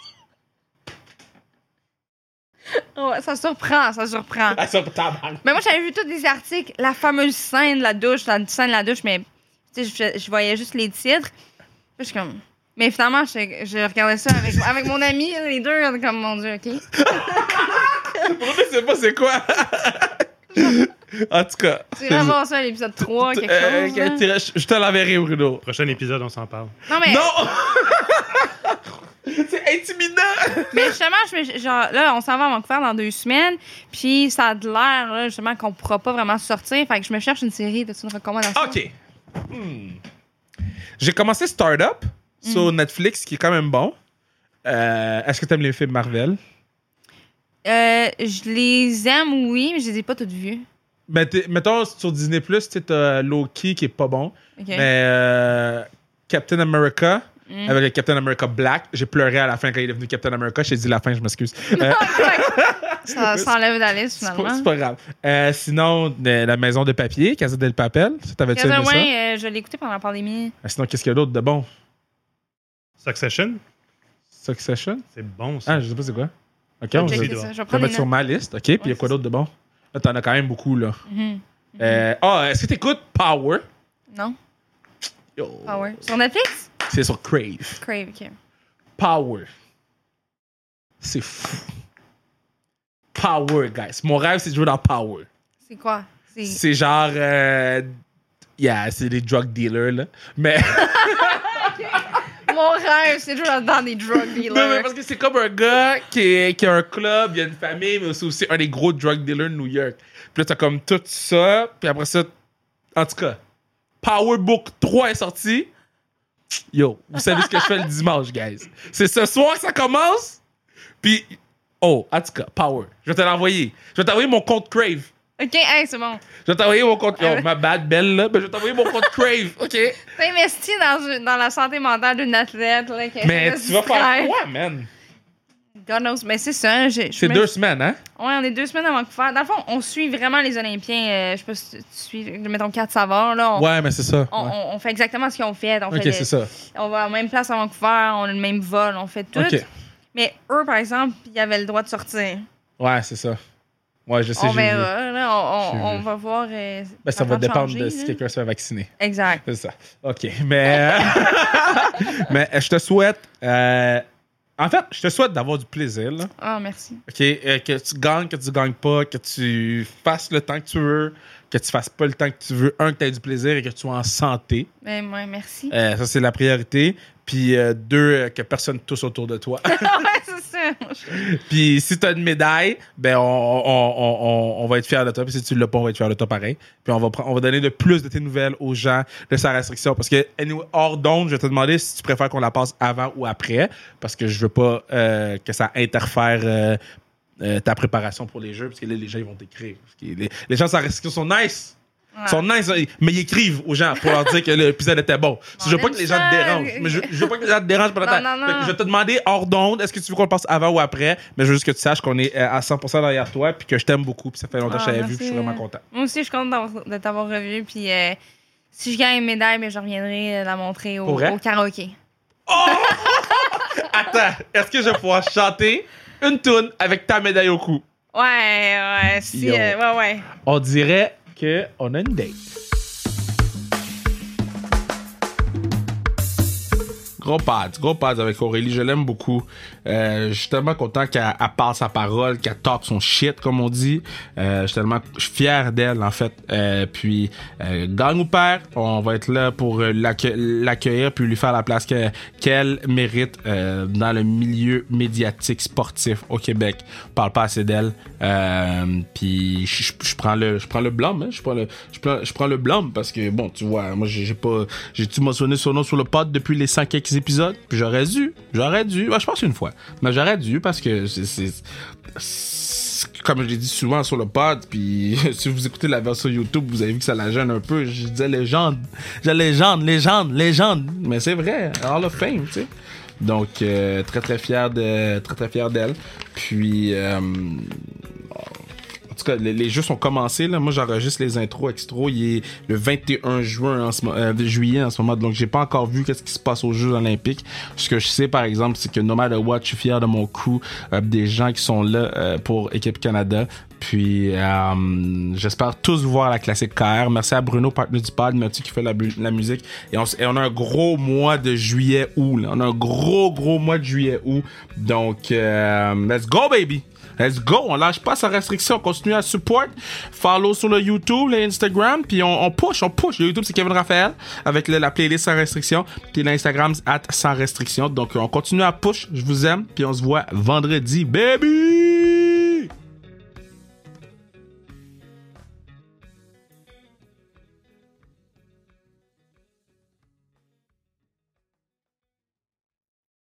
Ouais, ça surprend, ça surprend. Ah, ça, tabarnak. Mais moi, j'avais vu tous des articles, la fameuse scène de la douche, la scène de la douche, mais tu sais, je, je voyais juste les titres. Puis je suis comme... Mais finalement, je, je regardais ça avec, avec mon ami, les deux, on est comme, mon Dieu, OK. Pour vrai, je sais pas c'est quoi. En tout cas. C'est vraiment ça, l'épisode trois, quelque Euh, chose. hein. euh, je je te l'enverrai, Bruno. Prochain épisode, on s'en parle. Non, mais... Non! C'est intimidant! Mais justement, je me- genre, là, on s'en va à Vancouver dans deux semaines, puis ça a de l'air, là, justement, qu'on pourra pas vraiment sortir. Fait que je me cherche une série. T'as-tu une recommandation? OK. Hmm. J'ai commencé Startup sur Netflix, qui est quand même bon. Euh, Est-ce que tu aimes les films Marvel? Euh, je les aime, oui, mais je les ai pas toutes vues. Mais mettons, sur Disney+, tu sais, t'as Loki qui est pas bon. Okay. Mais euh, Captain America, mm. avec le Captain America Black, j'ai pleuré à la fin quand il est devenu Captain America. J'ai dit la fin, je m'excuse. Euh, ça s'enlève de la liste, finalement. C'est pas, pas grave. Euh, sinon, de, la maison de papier, Casa del Papel, t'avais-tu aimé ça? Oui, euh, je l'ai écouté pendant la pandémie. Euh, sinon, qu'est-ce qu'il y a d'autre de bon? Succession? Succession? C'est bon, ça. Ah, je sais pas c'est quoi. OK, on va ça. Je vais le mettre sur ma liste. OK, puis il ouais, y a quoi d'autre de bon? Là, t'en as quand même beaucoup, là. Mm-hmm. Euh, oh, est-ce que t'écoutes Power? Non. Yo. Power. Sur Netflix? C'est sur Crave. Crave, OK. Power. C'est fou. Power, guys. Mon rêve, c'est de jouer dans Power. C'est quoi? C'est, c'est genre... Euh... Yeah, c'est des drug dealers, là. Mais... Mon rêve, c'est de jouer dans des drug dealers. Non, mais parce que c'est comme un gars qui, est, qui a un club, il a une famille, mais c'est aussi un des gros drug dealers de New York. Puis là, t'as comme tout ça, puis après ça... En tout cas, Power Book trois est sorti. Yo, vous savez ce que je fais le dimanche, guys. C'est ce soir que ça commence. Puis, oh, en tout cas, Power. Je vais te l'envoyer. Je vais t'envoyer mon compte Crave. OK, hey, c'est bon. Je vais t'envoyer mon compte... Oh, ma bad belle, là. Mais je vais t'envoyer mon compte Crave, OK? T'as investi dans, dans la santé mentale d'une athlète. Là, qui mais tu vas faire quoi, man? God knows. Mais c'est ça. Je, je c'est me... deux semaines, hein? Ouais, on est deux semaines à Vancouver. Dans le fond, on suit vraiment les Olympiens. Euh, je sais pas si tu suis, mettons, quatre saveurs. Là. On, ouais, mais c'est ça. On, ouais. on, on fait exactement ce qu'ils ont fait. On OK, fait c'est ça. On va à la même place à Vancouver, on a le même vol, on fait tout. Okay. Mais eux, par exemple, ils avaient le droit de sortir. Ouais, c'est ça. Ouais, je sais, on j'ai verra, vu. Là, on, on, on va voir. Euh, ben, ça va dépendre changer, de si là. quelqu'un se fait vacciner. Exact. C'est ça. OK. Mais, mais je te souhaite... Euh... En fait, je te souhaite d'avoir du plaisir. Là. Ah, oh, merci. OK. Euh, que tu gagnes, que tu gagnes pas, que tu fasses le temps que tu veux, que tu fasses pas le temps que tu veux. Un, que tu aies du plaisir et que tu sois en santé. Ben, ouais, merci. Euh, ça, c'est la priorité. Puis euh, deux, euh, que personne tousse autour de toi. Ouais, c'est ça. Puis si tu as une médaille, ben on, on, on, on va être fiers de toi. Puis si tu l'as pas, on va être fiers de toi pareil. Puis on va, on va donner de plus de tes nouvelles aux gens de sa restriction. Parce que, anyway, hors d'onde, je vais te demander si tu préfères qu'on la passe avant ou après. Parce que je veux pas euh, que ça interfère euh, euh, ta préparation pour les jeux. Parce que là, les gens ils vont t'écrire. Parce que les, les gens sans restriction sont nice. Ouais. Ils sont nice, mais ils écrivent aux gens pour leur dire que l'épisode était bon. bon je veux pas que les gens te dérangent. Mais je, je veux pas que les gens te dérangent pendant ta... non, non. Je vais te demander hors d'onde, est-ce que tu veux qu'on le passe avant ou après? Mais je veux juste que tu saches qu'on est à cent pour cent derrière toi puis que je t'aime beaucoup. Puis ça fait longtemps ah, que je t'avais vu puis je suis vraiment content. Moi aussi, je suis contente de t'avoir revu. Puis euh, si je gagne une médaille, mais je reviendrai la montrer au, au karaoké. Oh! Attends, est-ce que je vais pouvoir chanter une toune avec ta médaille au cou? Ouais, ouais. Si, euh, ouais, ouais. On dirait qu'on a une date. Gros pads, gros pads avec Aurélie, je l'aime beaucoup. Euh, je suis tellement content qu'elle parle sa parole, qu'elle talk son shit, comme on dit. Euh, je suis tellement fier d'elle, en fait. Euh, puis, euh, gagne ou perd, on va être là pour l'accueil- l'accueillir puis lui faire la place que, qu'elle mérite euh, dans le milieu médiatique sportif au Québec. On parle pas assez d'elle. Euh, puis, je, je prends le, je prends le blâme, hein. Je prends le, je prends, je prends le blâme parce que, bon, tu vois, moi, j'ai, j'ai pas, j'ai-tu mentionné son nom sur le pod depuis les cinq épisodes, puis j'aurais dû, j'aurais dû, ouais, je pense une fois, mais j'aurais dû parce que c'est, c'est, c'est comme je l'ai dit souvent sur le pod, puis si vous écoutez la version YouTube, vous avez vu que ça la gêne un peu, je disais légende, je légende, légende, légende, mais c'est vrai, Hall of Fame, tu sais. Donc euh, très très fier de, très très fier d'elle, puis euh, en tout cas, les, les jeux sont commencés. Là. Moi, j'enregistre les intros extros. Il est le vingt et un juin en ce, euh, juillet en ce moment. Donc, j'ai pas encore vu qu'est-ce qui se passe aux Jeux olympiques. Ce que je sais, par exemple, c'est que no matter what, je suis fier de mon crew, euh, des gens qui sont là euh, pour Équipe Canada. Puis, euh, j'espère tous vous voir à la Classique K R. Merci à Bruno, partenaire du pod, Mathieu qui fait la, la musique. Et on, et on a un gros mois de juillet-août. Là. On a un gros, gros mois de juillet-août. Donc, euh, let's go, baby! Let's go, on lâche pas sa restriction, on continue à support, follow sur le YouTube, l'Instagram, puis on, on push, on push. Le YouTube, c'est Kevin Raphaël, avec le, la playlist sans restriction, puis l'Instagram, c'est at sans restriction. Donc, on continue à push, je vous aime, puis on se voit vendredi, baby!